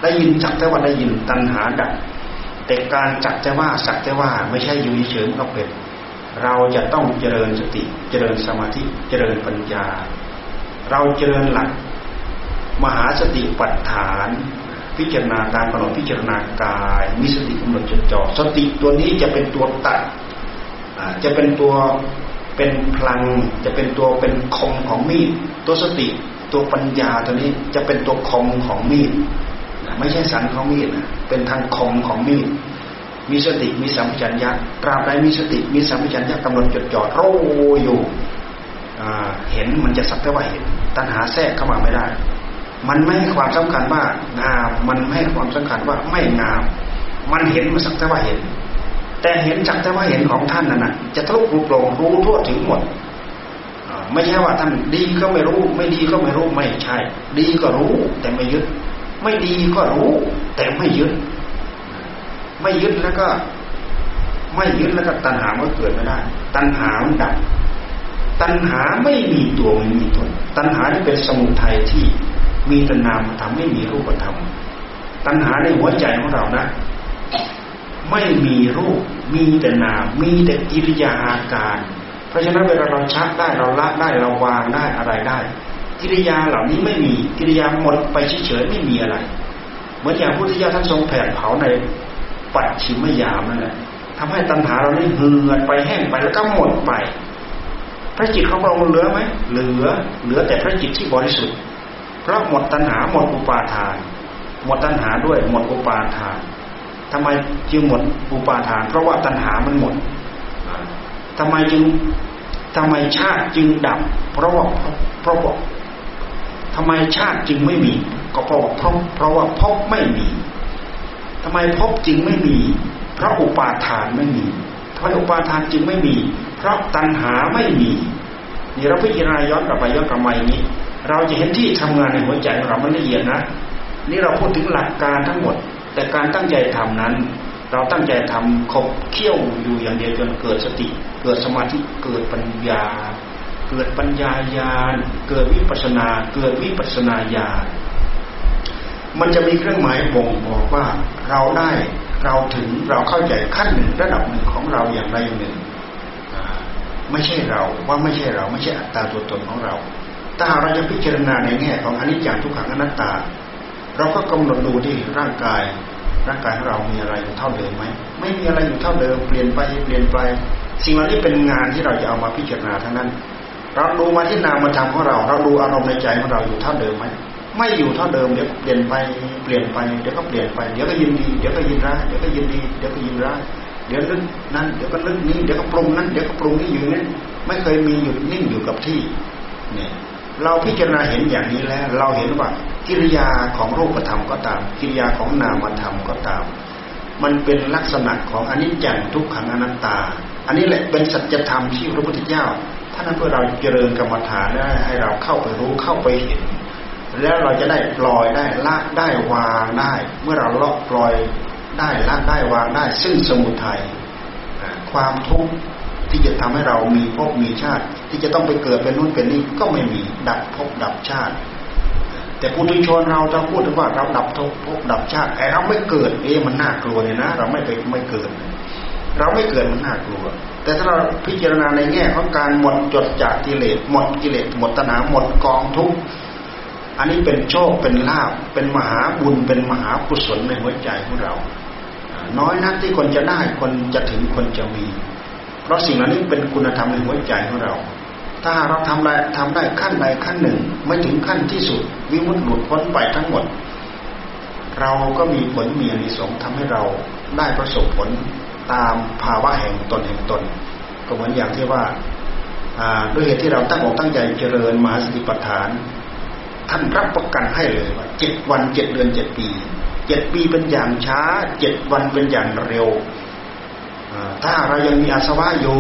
ได้ยินจักแต่ว่าได้ยินตัณหาดับแต่การจักแต่ว่าสักแต่ว่าไม่ใช่อยู่เฉยๆมันก็เป็นเราจะต้องเจริญสติเจริญสมาธิเจริญปัญญาเราเจริญหลักมหาสติปัฏฐานพิจารณาการกำหนดพิจารณากายมีสติกำหนดจดจ่อสติตัวนี้จะเป็นตัวตัดจะเป็นตัวเป็นพลังจะเป็นตัวเป็นคมของมีดตัวสติตัวปัญญาตัวนี้จะเป็นตัวคมของมีดไม่ใช่สันของมีดนะเป็นทางคมของมีดมีสติมีสัมปชัญญะตราบใดมีสติมีสัมปชัญญะกำหนดจดจ่อรู้อยู่เห็นมันจะสักแต่ว่าเห็นตัณหาแทรกเข้ามาไม่ได้มันไม่ให้ความสำคัญว่างามมันไม่ให้ความสำคัญว่าไม่งามมันเห็นมันสักแต่ว่าเห็นแต่เห็นสักแต่ว่าเห็นของท่านนั่นน่ะจะทะลุปรุงรู้ทั่วถึงหมดไม่ใช่ว่าท่านดีก็ไม่รู้ไม่ดีก็ไม่รู้ไม่ใช่ดีก็รู้แต่ไม่ยึดไม่ดีก็รู้แต่ไม่ยึดไม่ยึดแล้วก็ไม่ยึดแล้วก็ตัณหามันเกิดไม่ได้ตัณหามันดับตัณหาไม่มีตัวไม่มีตนตัณหานี่เป็นสมุทัยที่มีแต่นามธรรมไม่มีรูปธรรมตัณหาในหัวใจของเรานะไม่มีรูปมีแต่นามมีแต่กิริยาอาการเพราะฉะนั้นเวลาเราชักได้เราละได้เราวางได้อะไรได้กิริยาเหล่านี้ไม่มีกิริยาหมดไปเฉยๆไม่มีอะไรเหมือนอย่างพระพุทธเจ้าท่านทรงแผดเผาในปัจฉิมยามนั่นแหละทำให้ตัณหาเรานี้เหือดไปแห้งไปแล้วก็หมดไปพระจิตของเราเหลือไหมเหลือเหลือแต่พระจิตที่บริสุทธิ์เพราะหมดตัณหาหมดอุปาทานหมดตัณหาด้วยหมดอุปาทานทำไมจึงหมดอุปาทานเพราะว่าตัณหามันหมดทำไมจึงทำไมชาติจึงดับเพราะว่าเพราะว่าทำไมชาติจึงไม่มีก็เพราะว่าเพราะเพราะว่าภพไม่มีทำไมภพจึงไม่มีเพราะอุปาทานไม่มีทำไมอุปาทานจึงไม่มีเพราะตัณหาไม่มีนี่เราพิจารณาย้อนกลับไปย้อนกลับมาอย่างนี้เราจะเห็นที่ทำงานในหัวใจของเรามันละเอียดนะนี่เราพูดถึงหลักการทั้งหมดแต่การตั้งใจทำนั้นเราตั้งใจทำคบเคี่ยวอยู่อย่างเดียวจนเกิดสติเกิดสมาธิเกิดปัญญาเกิดปัญญาญาณเกิดวิปัสสนาเกิดวิปัสสนาญาณมันจะมีเครื่องหมายบ่งบอกว่าเราได้เราถึงเราเข้าใจขั้นหนึ่งระดับหนึ่งของเราอย่างใดอย่างหนึ่งไม่ใช่เราว่าไม่ใช่เราไม่ใช่อัตตาตัวตนของเราถ้าเราจะพิจารณาในแง่ของอนิจจังทุกขังอนัตตาเราก็กำหนดดูที่ร่างกายร่างกายของเรามีอะไรอยู่เท่าเดิมไหมไม่มีอะไรอยู่เท่าเดิมเปลี่ยนไปเปลี่ยนไปสิ่งเหล่านี้เป็นงานที่เราจะเอามาพิจารณาทั้งนั้นเราดูมาที่นามธรรมของเราเราดูอารมณ์ในใจของเราอยู่เท่าเดิมไหมไม่อยู่เท่าเดิมเดี๋ยวเปลี่ยนไปเปลี่ยนไปเดี๋ยวก็เปลี่ยนไปเดี๋ยวก็ยินดีเดี๋ยวก็ยินร้ายเดี๋ยวก็ยินดีเดี๋ยวก็ยินร้ายเดี๋ยวนึกนั่นเดี๋ยวก็นึกนี้เดี๋ยวก็ปรุงนั้นเดี๋ยวก็ปรุงนี้อยู่นี่ไม่เคยมีหยุดนิ่งอยู่กับที่เนี่ยเราพิจารณาเห็นอย่างนี้แล้วเราเห็นว่ากิริยาของรูปธรรมก็ตามกิริยาของนามธรรมก็ตามมันเป็นลักษณะของอนิจจังทุกขังอนัตตาอันนี้แหละเป็นสัจธรรมที่พระพุทธเจ้าท่านนั้นเพื่อเราเจริญกรรมฐานได้ให้เราเข้าไปรู้เข้าไปเห็นแล้วเราจะได้ปล่อยได้ละได้วางได้เมื่อเราละปล่อยได้ละได้วางได้ซึ่งสมุทัยความทุกข์ที่จะทำให้เรามีภพมีชาติที่จะต้องไปเกิดเป็นนู่นเป็นนี่ก็ไม่มีดับภพดับชาติแต่ปุถุชนเราจะพูดถึงว่าเราดับภพดับชาติไอ้เราไม่เกิดเอ๊ะมันน่ากลัวเนี่ยนะเราไม่ไปไม่เกิดเราไม่เกิดมันน่ากลัวแต่ถ้าเราพิจารณาในแง่ของการหมดจดจากกิเลสหมดกิเลสหมดตัณหาหมดกองทุกข์อันนี้เป็นโชคเป็นลาภเป็นมหาบุญเป็นมหากุศลในหัวใจของเราน้อยนักที่คนจะได้คนจะถึงคนจะมีเพราะสิ่งเหล่านี้เป็นคุณธรรมในหัวใจของเราถ้าเราทำได้ทำได้ขั้นใดขั้นหนึ่งไม่ถึงขั้นที่สุดวิมุตติหลุดพ้นไปทั้งหมดเราก็มีผลมีอานิสงส์ทำให้เราได้ประสบผลตามภาวะแห่งตนแห่งตนก็เหมือนอย่างที่ว่าด้วยเหตุที่เราตั้งอกตั้งใจเจริญมหาสติปัฏฐานท่านรับประกันให้เลยว่าเจ็ดวันเจ็ดเดือนเจ็ดปีเจ็ดปีเป็นอย่างช้าเจ็ดวันเป็นอย่างเร็วถ้าเรายังมีอาสวะอยู่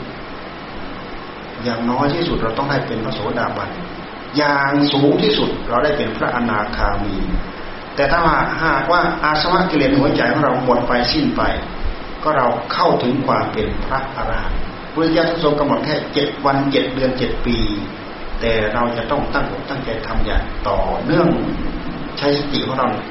อย่างน้อยที่สุดเราต้องได้เป็นพระโสดาบันอย่างสูงที่สุดเราได้เป็นพระอนาคามีแต่ถ้าหากว่าอาสวะกิเลสในหัวใจของเราหมดไปสิ้นไปก็เราเข้าถึงความเป็นพระอรหันต์พุทธเจ้าทรงกำหนดแค่เจ็ดวันเจ็ดเดือนเจ็ดปีแต่เราจะต้องตั้งอกตั้งใจทำอย่างต่อเนื่องใช้สติของเรา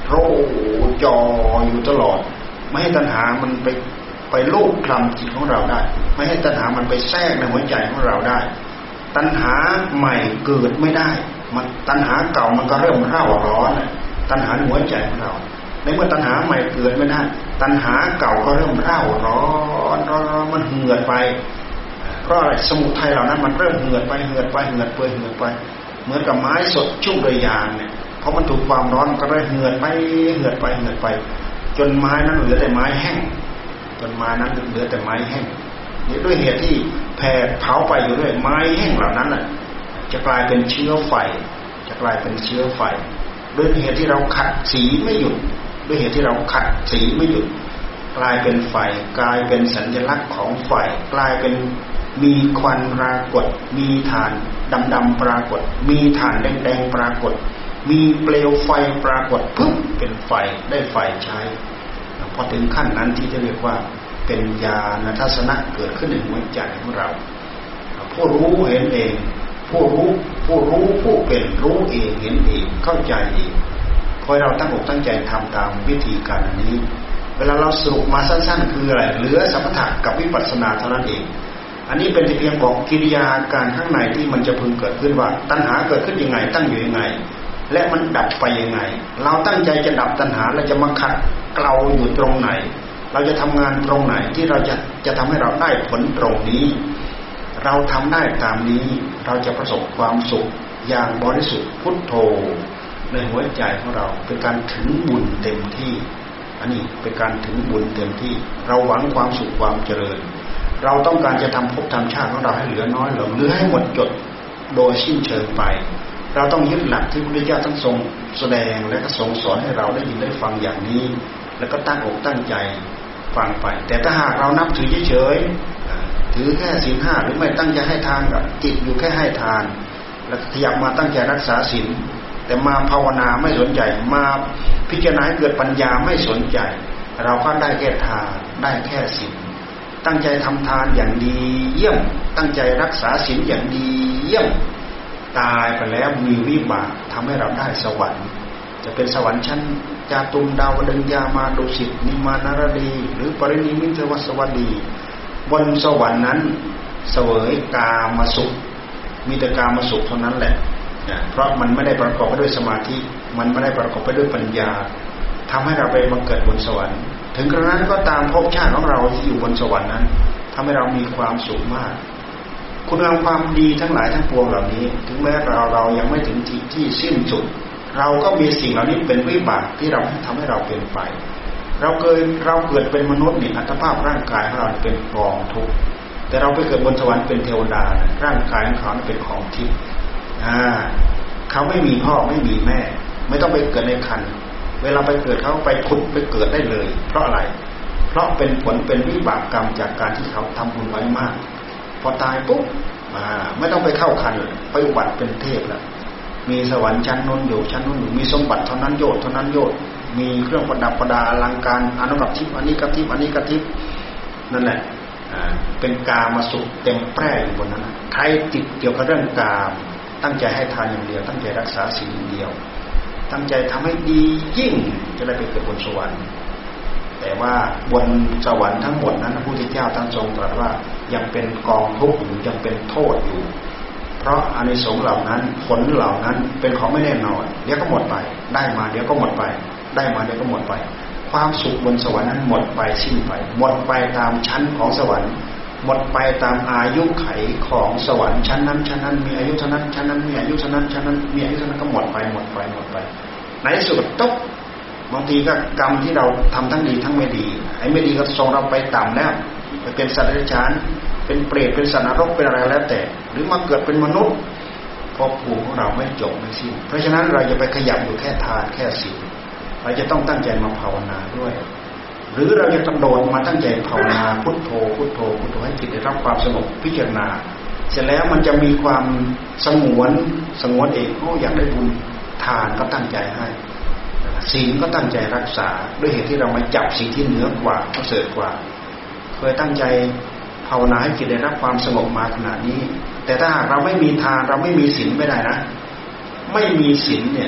โรจออยู่ตลอดไม่ให้ตัณหามันไปไปลูบคลำจิตของเราได้ไม่ให้ตัณหามันไปแทรกในหัวใจของเราได้ตัณหาใหม่เกิดไม่ได้มันตัณหาเก่ามันก็เริ่มเร่าร้อนตัณหาในหัวใจของเราในเมื่อตัณหาใหม่เกิดไม่ได้ตัณหาเก่าก็เริ่มเร่าร้อนร้อนมันเหือดไปเพราะอะไรสมุทัยเหล่านั้นมันเริ่มเหือดไปเหือดไปเหือดไปเหือดไปเหมือนกับไม้สดชุ่มด้วยยางเนี่ยพอมันถูกความร้อนมันก็เริ่มเหือดไปเหือดไปเหือดไปจนไม้นั้นเหลือแต่ไม้แห้งจนไม้นั้นเหลือแต่ไม้แห้งนี่ด้วยเหตุที่แผดเผาไปอยู่ด้วยไม้แห้งเหล่านั้นน่ะจะกลายเป็นเชื้อไฟจะกลายเป็นเชื้อไฟด้วยเหตุที่เราขัดสีไม่หยุดด้วยเหตุที่เราขัดสีไม่หยุดกลายเป็นไฟกลายเป็นสัญลักษณ์ของไฟกลายเป็นมีควันปรากฏมีฐานดำๆปรากฏมีฐานแดงๆปรากฏมีเปลวไฟปรากฏปุ๊บเป็นไฟได้ไฟใช้พอถึงขั้นนั้นที่จะเรียกว่าเป็นญาณทัศนะเกิดขึ้นในหัวใจของเราผู้รู้เห็นเองผู้รู้ผู้รู้ผู้เป็นรู้เองเห็นเองเข้าใจเองคอยเราตั้งอกตั้งใจทำตามวิธีการนี้เวลาเราสรุปมาสั้นๆคืออะไรเหลือสัมปทะกับวิปัสสนาเท่านั้นเองอันนี้เป็นเพียงบอกกิริยาการข้างในที่มันจะพึงเกิดขึ้นว่าตัณหาเกิดขึ้นยังไงตั้งอยู่ยังไงและมันดับไปยังไงเราตั้งใจจะดับตัณหาเราจะมาขัดเกลาอยู่ตรงไหนเราจะทำงานตรงไหนที่เราจะจะทำให้เราได้ผลตรงนี้เราทำได้ตามนี้เราจะประสบความสุขอย่างบริสุทธิ์พุทโธในหัวใจของเราเป็นการถึงบุญเต็มที่อันนี้เป็นการถึงบุญเต็มที่เราหวังความสุขความเจริญเราต้องการจะทำภพทำชาติของเราให้เหลือน้อยลงหรือให้หมดจดโดยสิ้นเชิงไปเราต้องยึดหลักที่พระพุทธเจ้าทั้งทรงแสดงและก็ทรงสอนให้เราได้ยินได้ฟังอย่างนี้แล้วก็ตั้งอกตั้งใจฟังไปแต่ถ้าหากเรานับถือเฉยๆถือแค่ศีลห้าหรือไม่ตั้งใจให้ทานกับจิตอยู่แค่ให้ทานแล้วขยับมาตั้งใจรักษาศีลแต่มาภาวนาไม่สนใจมาพิจารณาให้เกิดปัญญาไม่สนใจเราก็ได้แค่ทานได้แค่ศีลตั้งใจทำทานอย่างดีเยี่ยมตั้งใจรักษาศีลอย่างดีเยี่ยมตายไปแล้วมีวิบากทำให้เราได้สวรรค์จะเป็นสวรรค์ชั้นจาตุมดาวดึงยามาดุสิตนิมานารดีหรือปรินิมิตวสวัสดีบนสวรรค์นั้นเสวยกามสุขมีแต่กามสุขเท่านั้นแหละเพราะมันไม่ได้ประกอบไปด้วยสมาธิมันไม่ได้ประกอบไปด้วยปัญญาทำให้เราไปบังเกิดบนสวรรค์ถึงกระนั้นก็ตามภพชาติของเราที่อยู่บนสวรรค์นั้นทำให้เรามีความสุขมากคุณงามความดีทั้งหลายทั้งปวงเหล่านี้ถึงแม้เราเรายังไม่ถึงที่ที่สิ้นสุดเราก็มีสิ่งเหล่านี้เป็นวิบากที่เราทำให้เราเป็นไปเราเคยเราเกิดเป็นมนุษย์นี่อัตภาพร่างกายของเราเป็นกองทุกข์แต่เราไปเกิดบนสวรรค์เป็นเทวดาร่างกายของเขาเป็นของทิพย์อ่าเขาไม่มีพ่อไม่มีแม่ไม่ต้องไปเกิดในครรภ์เวลาไปเกิดเขาไปผุดไปเกิดได้เลยเพราะอะไรเพราะเป็นผลเป็นวิบากกรรมจากการที่เขาทำบุญไว้มากพอตายปุ๊บอ่าไม่ต้องไปเข้าครรภ์ไปอุบัติเป็นเทพแล้วมีสวรรค์ชั้นนู้นอยู่ชั้นนู้นอยู่มีสมบัติเท่านั้นโยชน์เท่านั้นโยชน์มีเครื่องประดับประดาอลังการอนุกับทิพย์อันนี้กับทิพย์อันนี้กับทิพย์นั่นแหละเป็นกามสุขเต็มแปร่อยู่บนนั้นใครติดเกี่ยวกับเรื่องกามตั้งใจให้ทานอย่างเดียวตั้งใจรักษาศีลอย่างเดียวตั้งใจทำให้ดียิ่งจะได้ไปเกิดบนสวรรค์แต่ว่าบนสวรรค์ทั้งหมดนั้นพระพุทธเจ้าท่านทรงตรัสว่ายังเป็นกองทุกข์อยู่ยังเป็นโทษอยู่เพราะอานิสงส์เหล่านั้นผลเหล่านั้นเป็นของไม่แน่นอนเดี๋ยวก็หมดไปได้มาเดี๋ยวก็หมดไปได้มาเดี๋ยวก็หมดไปความสุขบนสวรรค์นั้นหมดไปสิ้นไปหมดไปตามชั้นของสวรรค์หมดไปตามอายุไขของสวรรค์ชั้นนั้นชั้นนั้นมีอายุเท่านั้นชั้นนั้นมีอายุเท่านั้นชั้นนั้นมีอายุเท่านั้นก็หมดไปหมดไปหมดไปในที่สุดตกบางทีก็กรรมที่เราทำทั้งดีทั้งไม่ดีไอ้ไม่ดีก็ส่งเราไปต่ำแล้วไปเป็นสัตว์เดรัจฉานเป็นเปรตเป็นสัตว์นรกเป็นอะไรแล้วแต่หรือมาเกิดเป็นมนุษย์เพราะภูมิของเราไม่จบไม่สิ้นเพราะฉะนั้นเราจะไปขยับอยู่แค่ทานแค่ศีลเราจะต้องตั้งใจมาภาวนาด้วยหรือเราจะต้องโดดมาตั้งใจภาวนาพุทโธพุทโธพุทโธให้จิตได้รับความสงบพิจารณาเสร็จแล้วมันจะมีความสงวนสงวนเองโอ้อยากได้บุญทานก็ตั้งใจให้ศีลก็ตั้งใจรักษาด้วยเหตุที่เรามาจับสิ่งที่เหนือกว่าประเสริฐกว่าเคยตั้งใจภาวนาให้จิตได้รับความสงบมาขนาดนี้ แต่ถ้าหากเราไม่มีทานเราไม่มีศีลไม่ได้นะไม่มีศีลเนี่ย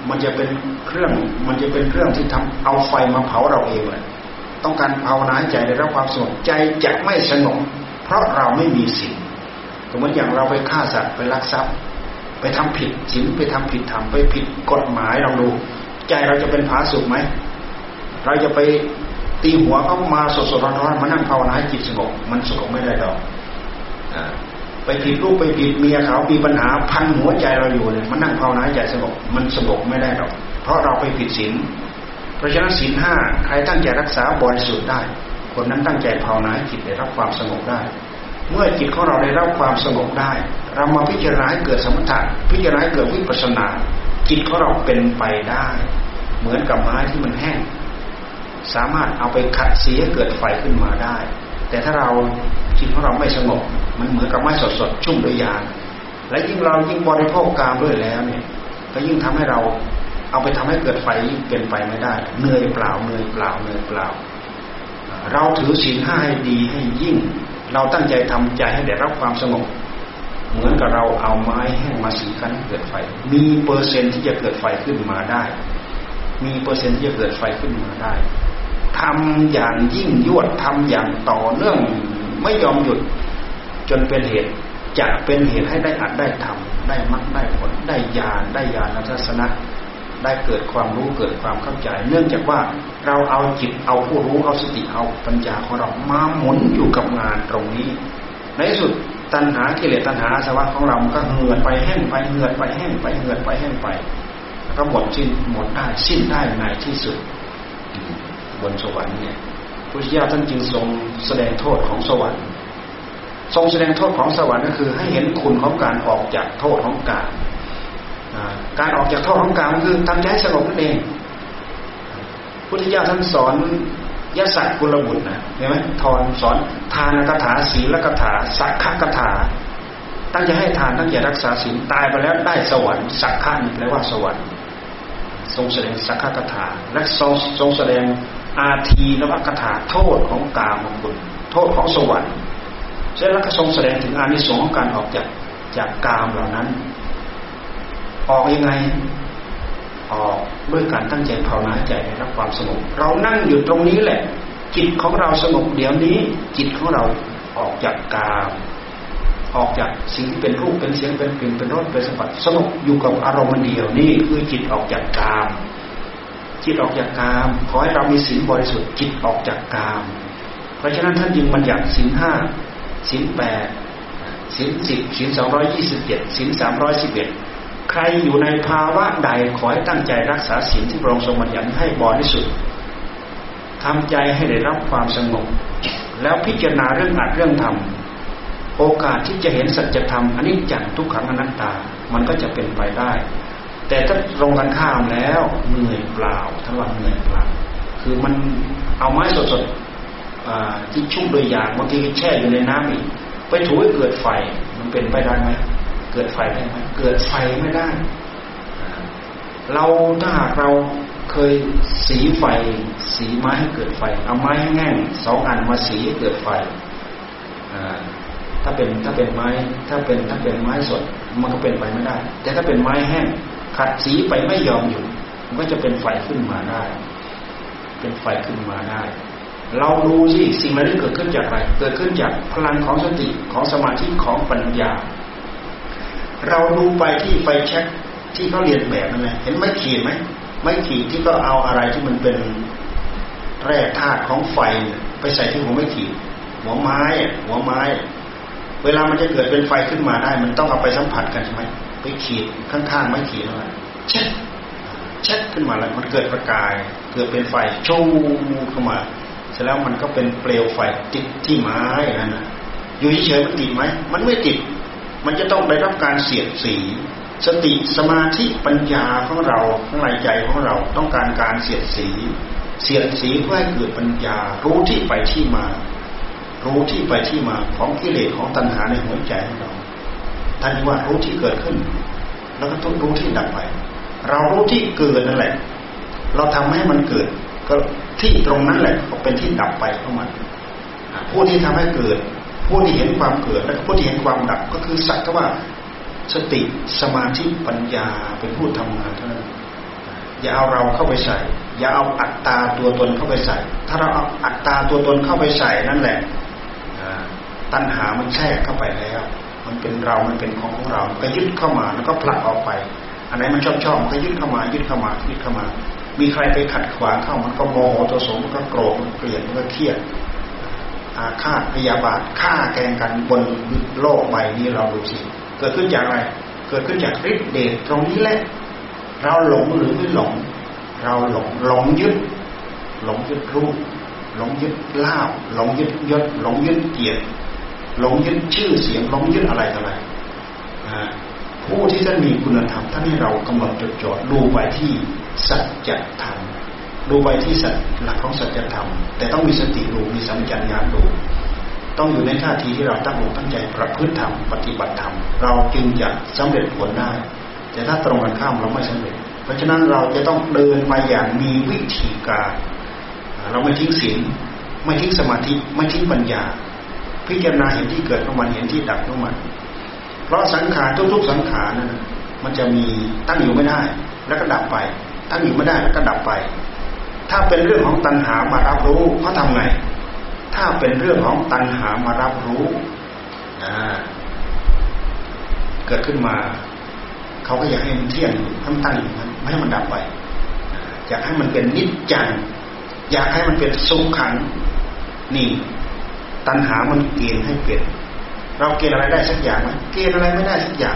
มันจะเป็นเครื่องมันจะเป็นเครื่องที่ทำเอาไฟมาเผาเราเองเลยต้องการภาวนาใจได้รับความสงบใจจะไม่สงบเพราะเราไม่มีศีลเหมือนอย่างเราไปฆ่าสัตว์ไปลักทรัพย์ไปทำผิดศีลไปทำผิดธรรมไปผิดกฎหมายลองดูใจเราจะเป็นผาสุกไหมเราจะไปตีหัวเขามาสดๆร้อนๆมานั่งภาวนาให้จิตสงบมันสงบไม่ได้ดอกไปผิดลูกไปผิดเมียเขามีปัญหาพันหัวใจเราอยู่เนี่ยมันนั่งภาวนาใจสงบมันสงบไม่ได้ดอกเพราะเราไปผิดศีลเพราะฉะนั้นศีลห้าใครตั้งใจรักษาบริสุทธิ์ได้คนนั้นตั้งใจภาวนาให้จิตได้รับความสงบได้เมื่อจิตของเราได้รับความสงบได้เรามาพิจารณาให้เกิดสมถะพิจารณาให้เกิดวิปัสสนาจิตของเราเป็นไปได้เหมือนกับไม้ที่มันแห้งสามารถเอาไปขัดสีให้เกิดไฟขึ้นมาได้แต่ถ้าเราจิตของเราไม่สงบมันเหมือนกับไม้สดๆชุ่มด้วยยางและยิ่งเรายิ่งบริโภคกามด้วยแล้วเนี่ยก็ยิ่งทำให้เราเอาไปทำให้เกิดไฟเป็นไปไม่ได้เหนื่อยเปล่าเหนื่อยเปล่าเหนื่อยเปล่าเราถือศีลห้าให้ดีให้ยิ่งเราตั้งใจทำใจให้ได้รับความสงบเหมือนกับเราเอาไม้แห้งมาสีกันให้เกิดไฟมีเปอร์เซ็นต์ที่จะเกิดไฟขึ้นมาได้มีเปอร์เซ็นต์ที่จะเกิดไฟขึ้นมาได้ทำอย่างยิ่งยวดทำอย่างต่อเนื่องไม่ยอมหยุดจนเป็นเหตุจะเป็นเหตุให้ได้อัดได้ทำได้มรรคได้ผลได้ญาณได้ญาณทัศนะได้เกิดความรู้เกิดความเข้าใจเนื่องจากว่าเราเอาจิตเอาผู้รู้เอาสติเอาปัญญาของเรามาหมุนอยู่กับงานตรงนี้ในที่สุดตัณหากิเลสตัณหาอาสวะของเราก็เหือดไปแห้งไปเหือดไปแห้งไปเหือดไปแห้งไปแล้วก็หมดสิ้นหมดได้สิ้นได้ในที่สุดบนสวรรค์เนี่ยพระพุทธเจ้าท่านจึงทรงแสดงโทษของสวรรค์ทรงแสดงโทษของสวรรค์ก็คือให้เห็นคุณของการออกจากโทษของกามการออกจากโทษของกามคือทำใจให้สงบนั่นเองพุทธเจ้าท่านสอนยศักกุลบุตรนะเห็นไหมทอนสอนทานคาถาศีลคาถาสักขคาถาตั้งใจให้ทานตั้งใจรักษาศีลตายไปแล้วได้สวรรค์สักขะนี่แปลว่าสวรรค์ทรงแสดงสักขคาถาและทรงทรงแสดงอาทีนวคาถาโทษของกามคุณโทษของสวรรค์เสร็จแล้วก็ทรงแสดงถึงอานิสงส์ของการออกจากจากกามเหล่านั้นออกยังไงออกด้วยการตั้งใจภาวนาใจได้รับความสงบเรานั่งอยู่ตรงนี้แหละจิตของเราสงบเดี๋ยวนี้จิตของเราออกจากกามออกจากสิ่งที่เป็นรูปเป็นเสียงเป็นกลิ่นเป็นรสเป็นสัมผัสสงบอยู่กับอารมณ์เดียวนี่คือจิตออกจากกามจิตออกจากกามขอให้เรามีศีลบริสุทธิ์จิตออกจากกามเพราะฉะนั้นท่านจึงบัญญัติศีลห้าศีลแปดศีลสิบศีลสองร้อยยี่สิบเจ็ดศีลสามร้อยสิบเอ็ดใครอยู่ในภาวะใดขอให้ตั้งใจรักษาศีลที่พระองค์ทรงบัญญัติให้บริสุทธิ์ทำใจให้ได้รับความสงบแล้วพิจารณาเรื่องอัดเรื่องทำโอกาสที่จะเห็นสัจธรรมอนิจจังทุกขังอนัตตามันก็จะเป็นไปได้แต่ถ้าตรงกันข้ามแล้วเหนื่อยเปล่าทั้งวันเหนื่อยเปล่าคือมันเอาไม้สดๆที่ชุ่มด้วยยางบางทีแช่อยู่ในน้ำอีกไปถูให้เกิดไฟมันเป็นไปได้ไหมเกิดไฟได้ไหมเกิดไฟไม่ได้เราถ้าหากเราเคยสีไฟสีไม้ให้เกิดไฟเอาไม้แห้งสองอันมาสีให้เกิดไฟถ้าเป็นถ้าเป็นไม้ถ้าเป็นถ้าเป็นไม้สดมันก็เป็นไปไม่ได้แต่ถ้าเป็นไม้แห้งขัดสีไปไม่ยอมอยู่มันก็จะเป็นไฟขึ้นมาได้เป็นไฟขึ้นมาได้เราดูสิสิ่งเหล่านี้เกิดขึ้นจากอะไรเกิดขึ้นจากพลังของสติของสมาธิของปัญญาเราดูไปที่ไฟแช็กที่เขาเรียนแบบนั่นแหละเห็นไม้ขีดไหมไม้ขีดที่ก็เอาอะไรที่มันเป็นแร่ธาตุของไฟไปใส่ที่หัวไม้ขีดหัวไม้หัวไม้เวลามันจะเกิดเป็นไฟขึ้นมาได้มันต้องเอาไปสัมผัสกันใช่ไหมไปขีดข้างๆไม้ขีดนั่นแหละเช็ดเช็ดขึ้นมาแล้วมันเกิดประกายเกิดเป็นไฟชูเข้ามาเสร็จแล้วมันก็เป็นเปลวไฟติดที่ไม้นั่นนะอยู่เฉยๆมันติดไหมมันไม่ติดมันจะต้องได้รับการเสียดสีสติสมาธิปัญญาของเราข้างในใจของเราต้องการการเสียดสีเสียดสีเพื่อให้เกิดปัญญารู้ที่ไปที่มารู้ที่ไปที่มาของกิเลสของตัณหาในหัวใจของเราท่านว่ารู้ที่เกิดขึ้นแล้วก็ต้องรู้ที่ดับไปเรารู้ที่เกิดนั่นแหละเราทำให้มันเกิดก็ที่ตรงนั้นแหละก็เป็นที่ดับไปของมันผู้ที่ทำให้เกิดผู้ที่เห็นความเกิดและผู้ที่เห็นความดับก็คือสักแต่ว่าสติสมาธิปัญญาเป็นผู้ทำงานเท่านั้นอย่าเอาเราเข้าไปใส่อย่าเอาอัตตาตัวตนเข้าไปใส่ถ้าเราเอาอัตตาตัวตนเข้าไปใส่นั่นแหละตัณหามันแทรกเข้าไปแล้วมันเป็นเรามันเป็นของของเราก็ยึดเข้ามาแล้วก็ผลักออกไปอันไหนมันชอบชอบก็ยึดเข้ามายึดเข้ามายึดเข้ามามีใครไปขัดขวางเข้ามันก็โมโหโทโสมันก็โกรธมันเกลียดมันก็เครียดอาฆาตพยาบาทฆ่าแกล้งกันบนโลกใบนี้เราดูสิเกิดขึ้นจากอะไรเกิดขึ้นจากฤทธิ์เดชตรงนี้แหละเราหลงหรือไม่หลงเราหลงหลงยึดหลงยึดรูปหลงยึดลาภหลงยึดยศหลงยึดเกียรติหลงยึดชื่อเสียงหลงยึดอะไรต่ออะไรผู้ที่ท่านมีคุณธรรมท่านให้เรากำหนดจดจ่อดูไปที่สัจธรรมดูไปที่สัจหลักของสัจธรรมแต่ต้องมีสติดูมีสัมปชัญญะดูต้องอยู่ในท่าทีที่เราตั้งอกตั้งใจประพฤติธรรมปฏิบัติธรรมเราจึงจะสำเร็จผลได้แต่ถ้าตรงกันข้ามเราไม่สำเร็จเพราะฉะนั้นเราจะต้องเดินไปอย่างมีวิธีการเราไม่ทิ้งศีลไม่ทิ้งสมาธิไม่ทิ้งปัญญาพิจารณาเห็นที่เกิดของมันเห็นที่ดับของมันเพราะสังขารทุกๆสังขารนั้นมันจะมีตั้งอยู่ไม่ได้แล้วก็ดับไปตั้งอยู่ไม่ได้แล้วก็ดับไปถ้าเป็นเรื่องของตัณหามารับรู้เขาทำไงถ้าเป็นเรื่องของตัณหามารับรู้เกิดขึ้นมาเขาก็อยากให้มันเที่ยงอยู่ให้มันตั้งอยู่นั้นไม่ให้มันดับไปอยากให้มันเป็นนิจจังอยากให้มันเป็นสุขขังนี่ตัณหามันเกณฑ์ให้เป็นเราเกณฑ์อะไรได้สักอย่างไหมเกณฑ์อะไรไม่ได้สักอย่าง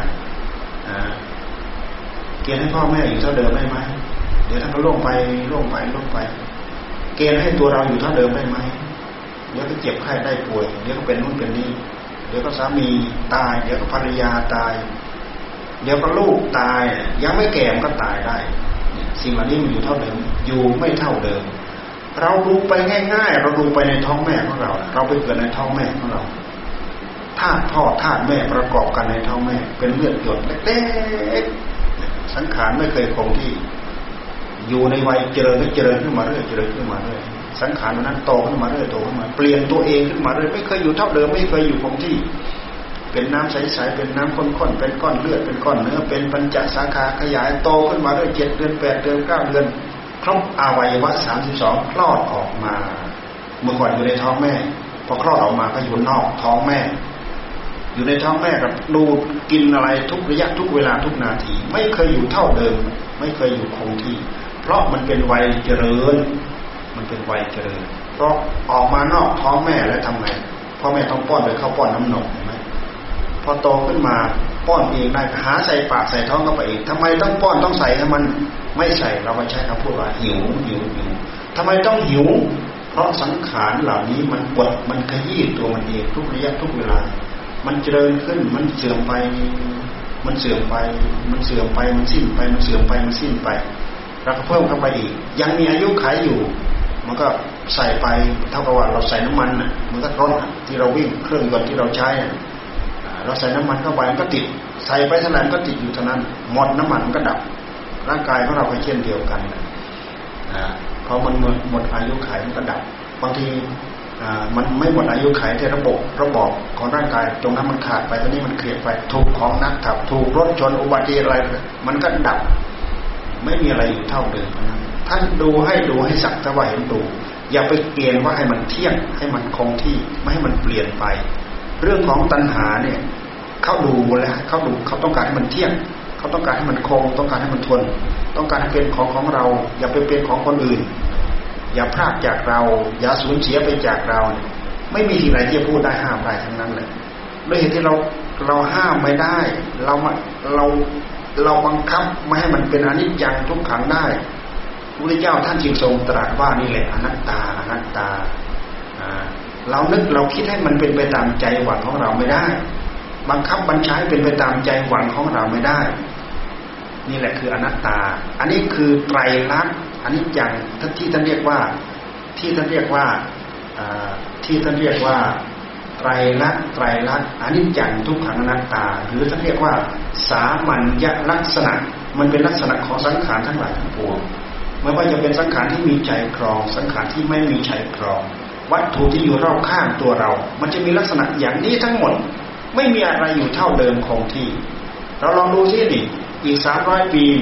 เกณฑ์ให้พ่อแม่อยู่เท่าเดิมได้ไหมเดี๋ยวถ้าเขาล่วงไปล่วงไปล่วงไปเกณฑ์ให้ตัวเราอยู่เท่าเดิมได้ไหมเดี๋ยวก็เจ็บไข้ได้ป่วยเดี๋ยวก็เป็นนู่นเป็นนี่เดี๋ยวก็สามีตายเดี๋ยวก็ภรรยาตายเดี๋ยวก็ลูกตายยังไม่แก่มันก็ตายได้สิ่งเหล่านี้มันอยู่เท่าเดิมอยู่ไม่เท่าเดิมเราดูไปง่ายๆเราดูไปในท้องแม่ของเราเราไปเกิดในท้องแม่ของเราธาตุพ่อธาตุแม่ประกอบกันในท้องแม่เป็นเลือดหยดเล็กๆสังขารไม่เคยคงที่อยู่ในวัยเจริญก็เจริญขึ้นมาเรื่อยเจริญขึ้นมาเรื่อยสังขารนั้นโตขึ้นมาเรื่อยโตขึ้นมาเปลี่ยนตัวเองขึ้นมาเรื่อยไม่เคยอยู่เท่าเดิมไม่เคยอยู่คงที่เป็นน้ำใสๆเป็นน้ำข้นๆเป็นก้อนเลือดเป็นก้อนเนื้อเป็นปัญจสาขาขยายโตขึ้นมาเรื่อยเจ็ดเดือนแปดเดือนเก้าเดือนครบอวัยวะสามสิบสองคลอดออกมาเมื่อก่อนอยู่ในท้องแม่พอคลอดออกมาก็อยู่นอกท้องแม่อยู่ในท้องแม่กับดูกินอะไรทุกระยะทุกเวลาทุกนาทีไม่เคยอยู่เท่าเดิมไม่เคยอยู่คงที่เพราะมันเป็นวัยเจริญมันเป็นวัยเจริญเพราะออกมานอกท้องแม่แล้วทำไงพ่อแม่ต้องป้อนโดยเข้าป้อนน้ำนมเห็นไหมพอโตขึ้นมาป้อนเองได้หาใส่ปากใส่ท้องเข้าไปเองทำไมต้องป้อนต้องใส่ให้มันไม่ใส่เราไม่ใช้คำพูดว่าหิวหิวหิวทำไมต้องหิวเพราะสังขารเหล่านี้มันปวดมันขยี้ตัวมันเองทุกระยะทุกเวลามันเจริญขึ้นมันเสื่อมไปมันเสื่อมไปมันเสื่อมไปมันสิ้นไปมันเสื่อมไปมันสิ้นไปเราก็เพิ่มเข้าไปอีกยังมีอายุขัยอยู่มันก็ใส่ไปเท่ากับว่าเราใส่น้ำมันน่ะมันก็รถที่เราวิ่งเครื่องยนต์ที่เราใช้เราใส่น้ำมันเข้าไปมันก็ติดใส่ไปเท่าไหร่ก็ติดอยู่เท่านั้นหมดน้ำมันมันก็ดับร่างกายของเราก็เช่นเดียวกันพอมันหมดหมดอายุขัยมันก็ดับบางทีมันไม่หมดอายุขัยแต่ระบบระบบของร่างกายตรงนั้นมันขาดไปตอนนี้มันเคลียร์ไปถูกของนักขับถูกรถชนอุบัติเหตุอะไรมันก็ดับไม่มีอะไรอยู่เท่าเดิมนะท่านดูให้ดูให้สักแต่ว่าเห็นดูอย่าไปเกณฑ์ว่าให้มันเที่ยงให้มันคงที่ไม่ให้มันเปลี่ยนไปเรื่องของตัณหาเนี่ยเขาดูแล้วเขาดูเขาต้องการให้มันเที่ยงเขาต้องการให้มันคงต้องการให้มันทนต้องการให้เป็นของของเราอย่าไปเป็นของคนอื่นอย่าพลาดจากเราอย่าสูญเสียไปจากเราเนี่ยไม่มีสิ่งใดที่จะพูดได้ห้ามได้ทั้งนั้นเลยด้วยเหตุที่เราเราห้ามไม่ได้เราเราเราบังคับไม่ให้มันเป็นอนิจจังทุกขังได้พระพุทธเจ้าท่านจึงทรงตรัสว่านี่แหละอนัตตาอนัตตาเรานึกเราคิดให้มันเป็นไปตามใจหวังของเราไม่ได้บังคับบัญชาให้เป็นไปตามใจหวังของเราไม่ได้นี่แหละคืออนัตตาอันนี้คือไตรลักษณ์อนิจจังที่ท่านเรียกว่าที่ท่านเรียกว่าที่ท่านเรียกว่าไตรลักษณ์ไตรลักษณ์อนิจจังทุกขังอนัตตาหรือท่านเรียกว่าสามัญญลักษณะมันเป็นลักษณะของสังขารทั้งหลายทั้งปวงไม่ว่าจะเป็นสังขารที่มีใจครองสังขารที่ไม่มีใจครองวัตถุที่อยู่รอบข้างตัวเรามันจะมีลักษณะอย่างนี้ทั้งหมดไม่มีอะไรอยู่เท่าเดิมคงที่เราลองดูซินี่อีกสามร้อยปีนี่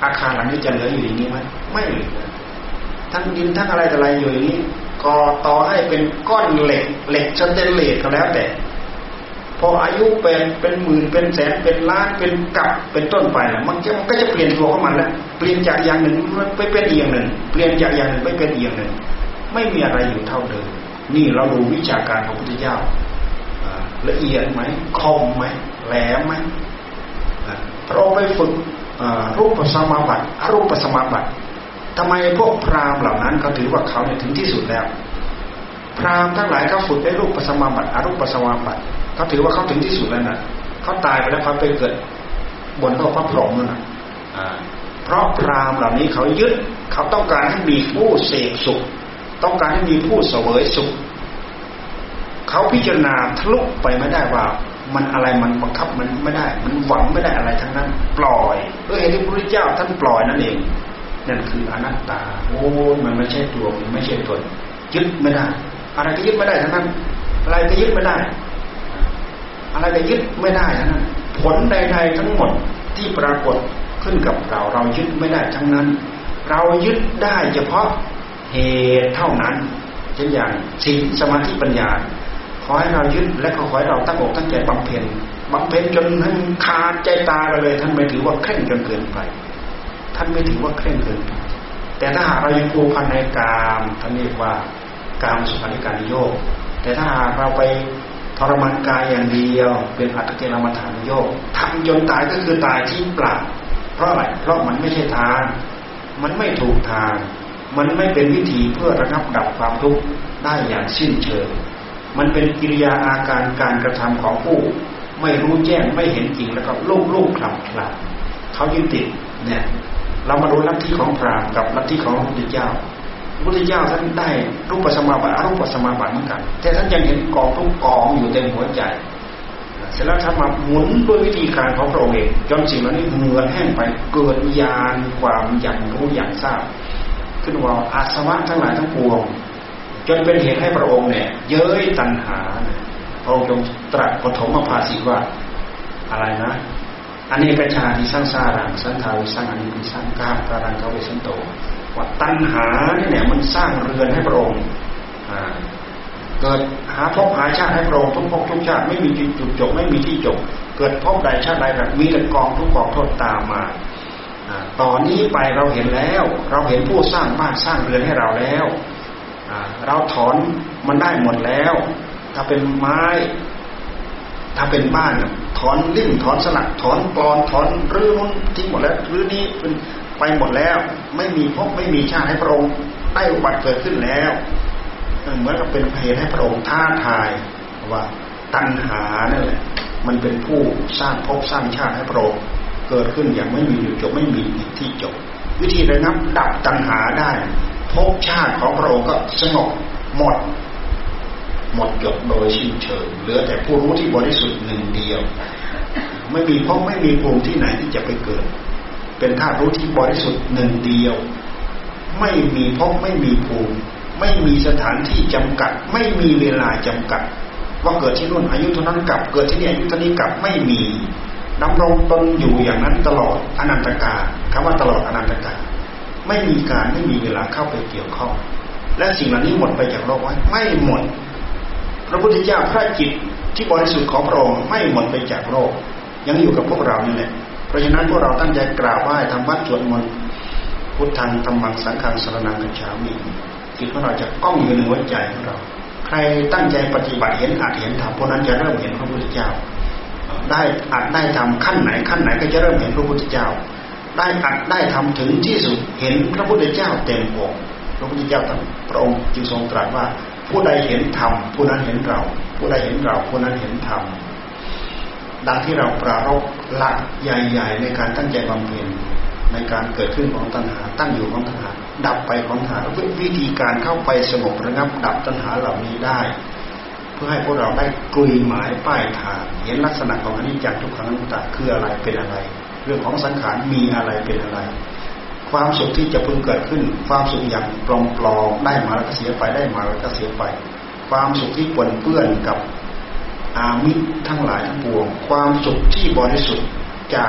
อาคารหลังนี้จะเหลืออยู่อย่างนี้ไหมไม่เหลือทั้งดินทั้งอะไรแต่อะไรอยู่อย่างนี้ก่อต่อให้เป็นก้อนเหล็กเหล็กสแตนเลสก็แล้วแต่พออายุเป็นเป็นหมื่นเป็นแสนเป็นล้านเป็นกับเป็นต้นไปแล้วมันมันก็จะเปลี่ยนตัวของมันแล้วเปลี่ยนจากอย่างหนึ่งไปเป็นอีกอย่างหนึ่งเปลี่ยนจากอย่างหนึ่งไปเป็นอีกอย่างหนึ่งไม่มีอะไรอยู่เท่าเดิมนี่เราดูวิชาการของพระพุทธเจ้าละเอียดไหมคมไหมแหลมไหมพระองค์ไปฝึกรูปสมาบัติอรูปสมาบัติทำไมพวกพราหมณ์เหล่านั้นเขาถือว่าเขาเนี่ยถึงที่สุดแล้วพราหมณ์ทั้งหลายเขาฝึกได้รูปสมาบัติอรูปสมาบัติเขาถือว่าเขาถึงที่สุดแล้วนะเขาตายไปแล้วเขาไปเกิดบนโลกพระพรหมนั่นนะเพราะพราหมณ์เหล่านี้เขายึดเขาต้องการให้มีผู้เสพสุขต้องการให้มีผู้เสวยสุขเขาพิจารณาทะลุไปไม่ได้ว่ามันอะไรมันบังคับมันไม่ได้มันหวังไม่ได้อะไรทั้งนั้นปล่อยด้วยเหตุที่พระพุทธเจ้าท่านปล่อยนั่นเองนั่นคืออนัตตาโอ้มันไม่ใช่ตัวมันไม่ใช่ตนยึดไม่ได้อะไรก็ยึดไม่ได้ทั้งนั้นอะไรก็ยึดไม่ได้อะไรก็ยึดไม่ได้ทั้งนั้นผลใดๆทั้งหมดที่ปรากฏขึ้นกับเราเรายึดไม่ได้ทั้งนั้นเรายึดได้เฉพาะเหตุเท่านั้นเช่นอย่างศีลสมาธิปัญญาขอให้เรายึดและขอให้เราตั้งอกตั้งใจบำเพ็ญบำเพ็ญจนให้ขาดใจตายเลยท่านไม่ถือว่าเคร่งจนเกินไปท่านไม่ถือว่าเคร่งเกินไปแต่ถ้าหากเรายังผูกพันในกามท่านเรียกว่ากามสุขาริการนิโยคแต่ถ้าหากเราไปทรมานกายอย่างเดียวเป็นอัตตกิลมัฏฐานนิโยคทำจนตายก็คือตายที่เปล่าเพราะอะไรเพราะมันไม่ใช่ทางมันไม่ถูกทางมันไม่เป็นวิธีเพื่อระงับดับความทุกข์ได้อย่างสิ้นเชิงมันเป็นกิริยาอาการการกระทำของผู้ไม่รู้แจ้งไม่เห็นจริงแล้วก็ลุ่มลุ่มคลำคลำเขายึดติดเนี่ยเรามาดูลัทธิของพราหมณ์กับลัทธิของพระพุทธเจ้าพระพุทธเจ้าท่านได้รูปสมาบัติอรูปสมาบัติเหมือนกันแต่ท่านยังเห็นกองทุกกองอยู่เต็มหัวใจเสร็จแล้วท่านมาหมุนด้วยวิธีการของพระองค์เองจนสิ่งเหล่านี้เหือดแห้งไปเกิดญาณความอย่างรู้อย่างทราบขึ้นว่าอาสวะทั้งหลายทั้งปวงจนเป็นเหตุให้พระองค์เนี่ยเย้ยตัณหาพระองค์ทรงตรัสปฐมภาสิตว่าอะไรนะอเนกชาติสร้างสารังสันทาวิสร้างอนิพิสร้างกาตารังเขาเวสันโตว่าตัณหาเนี่ยมันสร้างเรือนให้พระองค์เกิดหาภพหาชาติให้พระองค์ทุกภพทุกชาติไม่มีจุดจบไม่มีที่จบเกิดภพใดชาติใดแบบมีแต่กองทุกกองโทษตามมาตอนนี้ไปเราเห็นแล้วเราเห็นผู้สร้างบ้านสร้างเรือนให้เราแล้วเราถอนมันได้หมดแล้วถ้าเป็นไม้ถ้าเป็นบ้านถอนลิ่มถอนสลักถอนกรอนถอนรื้อนู้นทิ้งหมดแล้วรื้อนี้เป็นไปหมดแล้วไม่มีภพไม่มีชาติให้พระองค์ได้อุบัติเกิดขึ้นแล้วเหมือนกับเป็นเหตุให้พระองค์ท้าทายว่าตัณหานั่นแหละมันเป็นผู้สร้างภพสร้างชาติให้พระองค์เกิดขึ้นอย่างไม่มีจุดจบไม่มีที่จบวิธีระงับดับตัณหาได้ภพชาติของพระองค์ก็สงบหมดหมดจบโดยสิ้นเชิงเหลือแต่ผู้รู้ที่บริสุทธิ์หนึ่งเดียวไม่มีภพไม่มีภูมิที่ไหนที่จะไปเกิดเป็นธาตุรู้ที่บริสุทธิ์หนึ่งเดียวไม่มีภพไม่มีภูมิไม่มีสถานที่จำกัดไม่มีเวลาจำกัดว่าเกิดที่นู่นอายุเท่านั้นกลับเกิดที่นี่อายุเท่านี้กลับไม่มีดำรงตนอยู่อย่างนั้นตลอดอนันตกาลคำว่าตลอดอนันตกาลไม่มีการไม่มีเวลาเข้าไปเกี่ยวข้องและสิ่งเหล่านี้หมดไปจากโลกไว้ไม่หมดพระพุทธเจ้าพระจิตที่บริสุทธิ์ของพระองค์ไม่หมดไปจากโลกยังอยู่กับพวกเรานี่แหละเพราะฉะนั้นพวกเราตั้งใจกราบไหว้ทำวัดสวดมนต์พุทธังธัมมังสังฆังสรณังคัจฉามิจิตของเราจะก้องอยู่ในหัวใจของเราใครตั้งใจปฏิบัติเห็นอาจเห็นธรรมพวกนั้นจะเริ่มเห็นพระพุทธเจ้าได้อาจได้ทำขั้นไหนขั้นไหนก็จะเริ่มเห็นพระพุทธเจ้าได้อาจได้ทำถึงที่สุดเห็นพระพุทธเจ้าเต็มอกพระพุทธเจ้าพระองค์จึงทรงตรัสว่าผู้ใดเห็นธรรมผู้นั้นเห็นเราผู้ใดเห็นเราผู้นั้นเห็นธรรมดังที่เราปรารภหลักใหญ่ๆในการตั้งใจบำเพ็ญในการเกิดขึ้นของตัณหาตั้งอยู่ของตัณหาดับไปของตัณหาวิธีการเข้าไปสงบระงับดับตัณหาเหล่านี้ได้เพื่อให้พวกเราได้กลุยหมายป้ายทางเห็นลักษณะของอนิจจังทุกขังอนัตตาคืออะไรเป็นอะไรเรื่องของสังขารมีอะไรเป็นอะไรความสุขที่จะพึงเกิดขึ้นความสุขอย่างปลอมๆได้มาแล้วก็เสียไปได้มาแล้วก็เสียไปความสุขที่ปนเปื้อนกับอามิตรทั้งหลายทั้งปวงความสุขที่บริสุทธิ์จาก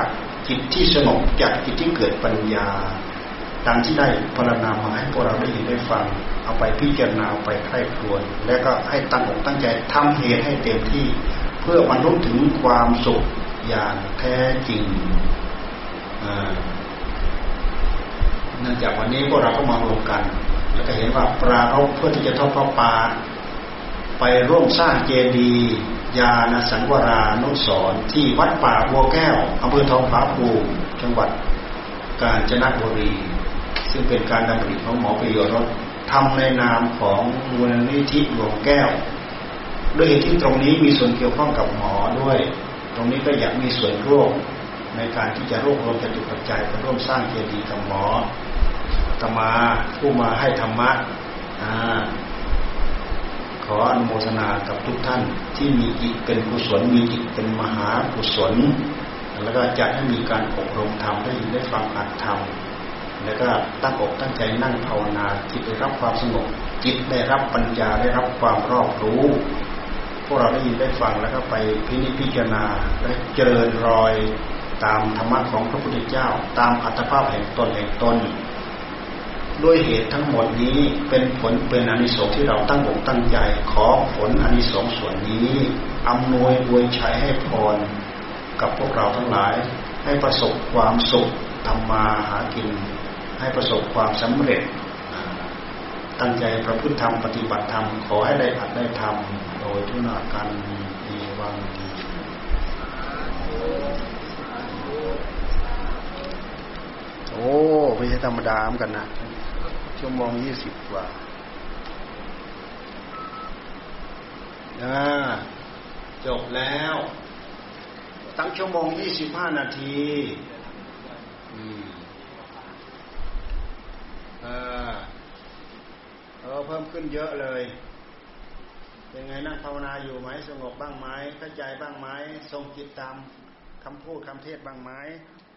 จิตที่สงบจากจิตที่เกิดปัญญาดังที่ได้พรรณนามาให้พวกเราได้ยินได้ฟังเอาไปพิจารณาเอาไปใคร่ครวญและก็ให้ตั้งอกตั้งใจทำเหตุให้เต็มที่เพื่อบรรลุถึงความสุขอย่างแท้จริงเนื่องจากวันนี้พวกเราก็มารวมกันแล้วก็เห็นว่าปรารภเพื่อที่จะทอดพระป่าไปร่วมสร้างเจดีย์ญาณสังวรานุสรณ์ที่วัดป่าบัวแก้วอำเภอทองผาภูมิจังหวัดกาญจนบุรีซึ่งเป็นการดำริของหมอประโยชน์รถทำในนามของมูลนิธิหลวงแก้วด้วยเหตุที่ตรงนี้มีส่วนเกี่ยวข้องกับหมอด้วยตรงนี้ก็อยากมีส่วนร่วมในการที่จะรวบรวมจตุปัจจัยไปร่วมสร้างเจดีย์กับหมออาตมาผู้มาให้ธรรมะขออนุโมทนากับทุกท่านที่มีจิตเป็นกุศลมีจิตเป็นมหากุศลแล้วก็จะให้มีการอบรมธรรมได้ยินได้ฟังอัตธรรมแล้วก็ตั้งอกตั้งใจนั่งภาวนาจิตได้รับความสงบจิตได้รับปัญญาได้รับความรอบรู้พวกเราได้ยินได้ฟังแล้วก็ไปพินิจพิจารณาและเจริญรอยตามธรรมะของพระพุทธเจ้าตามอัตภาพแห่งตนแห่งตนด้วยเหตุทั้งหมดนี้เป็นผลเป็นอานิสงส์ที่เราตั้งอกตั้งใจขอผลอานิสงส์ส่วนนี้อำนวยอวยชัยให้พรกับพวกเราทั้งหลายให้ประสบความสุขทำมาหากินให้ประสบความสำเร็จตั้งใจประพฤติธรรมปฏิบัติธรรมขอให้ได้อัดได้ทำโดยทุกนาการมีวังดีโอ้ไม่ใช่ธรรมดาเหมือนกันนะชั่วโมงยี่สิบกว่าจบแล้วตั้งชั่วโมงยี่สิบห้านาทีเออเออเพิ่มขึ้นเยอะเลยเป็นไงนั่งภาวนาอยู่ไหมสงบบ้างไหมเข้าใจบ้างไหมทรงจิตตามคำพูดคำเทศบ้างไหม